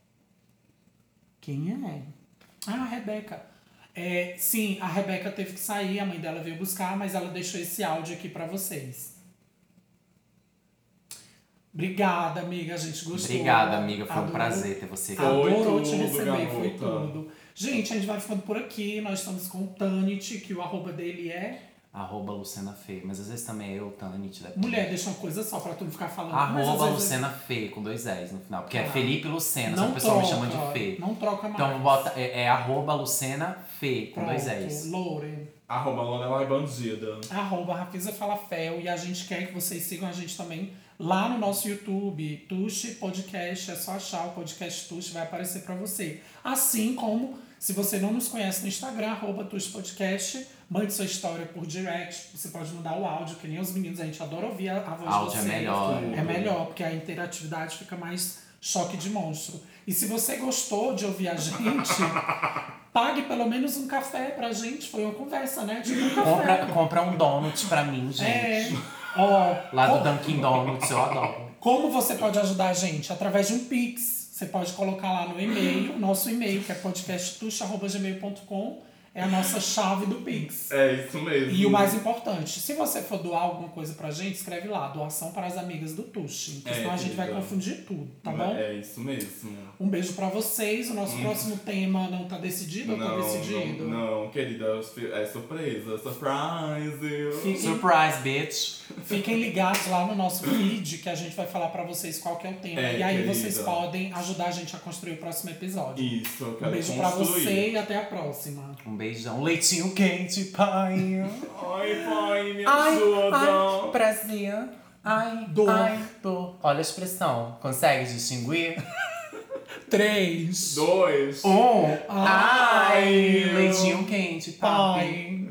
Quem é? Ah, a Rebeca. Sim, a Rebeca teve que sair, a mãe dela veio buscar, mas ela deixou esse áudio aqui pra vocês. Obrigada, amiga, a gente gostou. Obrigada, amiga. Foi um Adorou. prazer ter você aqui. Adorou te tudo, receber, foi garota. tudo. Gente, a gente vai ficando por aqui. Nós estamos com o Tanit, que o arroba dele é... @LucenaFê, mas às vezes também é eu, Tanit. Mulher, deixa uma coisa só pra tu não ficar falando. Mas às vezes- @LucenaFê, com 2 S no final. Porque é Ah. Felipe Lucena, só Não que o pessoal me troca, chama de Fê. não troca mais. Então bota, @LucenaFê, com 2 S. Loure. @Lorelai Bandida. @Rafisa Falafel. E a gente quer que vocês sigam a gente também lá no nosso YouTube, Tuxi Podcast. É só achar o podcast Tuxi, vai aparecer pra você. Assim como, se você não nos conhece no Instagram, @Tuxi Podcast, mande sua história por direct. Você pode mandar o áudio, que nem os meninos, a gente adora ouvir a voz de Áudio é vocês. melhor. É melhor, porque a interatividade fica mais choque de monstro. E se você gostou de ouvir a gente, pague pelo menos um café pra gente. Foi uma conversa, né? Tipo um café. Compra um donut pra mim, gente. Ó, Lá do Dunkin' Donuts, eu adoro. como você pode ajudar a gente? Através de um Pix. Você pode colocar lá no e-mail, nosso e-mail, que é podcasttuxa@gmail.com. É a nossa chave do Pix. É isso mesmo. E o mais importante, se você for doar alguma coisa pra gente, escreve lá, doação para as amigas do Tuxi. Porque senão a gente vai querida. confundir tudo, tá bom? É isso mesmo. Um beijo pra vocês. O nosso próximo tema não tá decidido ou tá decidido? Não, querida, é surpresa. Surprise! Fiquem, Surprise, bitch. Fiquem ligados lá no nosso feed que a gente vai falar pra vocês qual que é o tema. E aí querida, vocês podem ajudar a gente a construir o próximo episódio. Isso, eu Um quero beijo construir. pra você e até a próxima. Um beijão. Um leitinho quente, pai. Ai, pai, me ajuda. prazer. Ai, Dor. dor. Olha a expressão. Consegue distinguir? 3, 2. Ai, leitinho quente, pai. pai.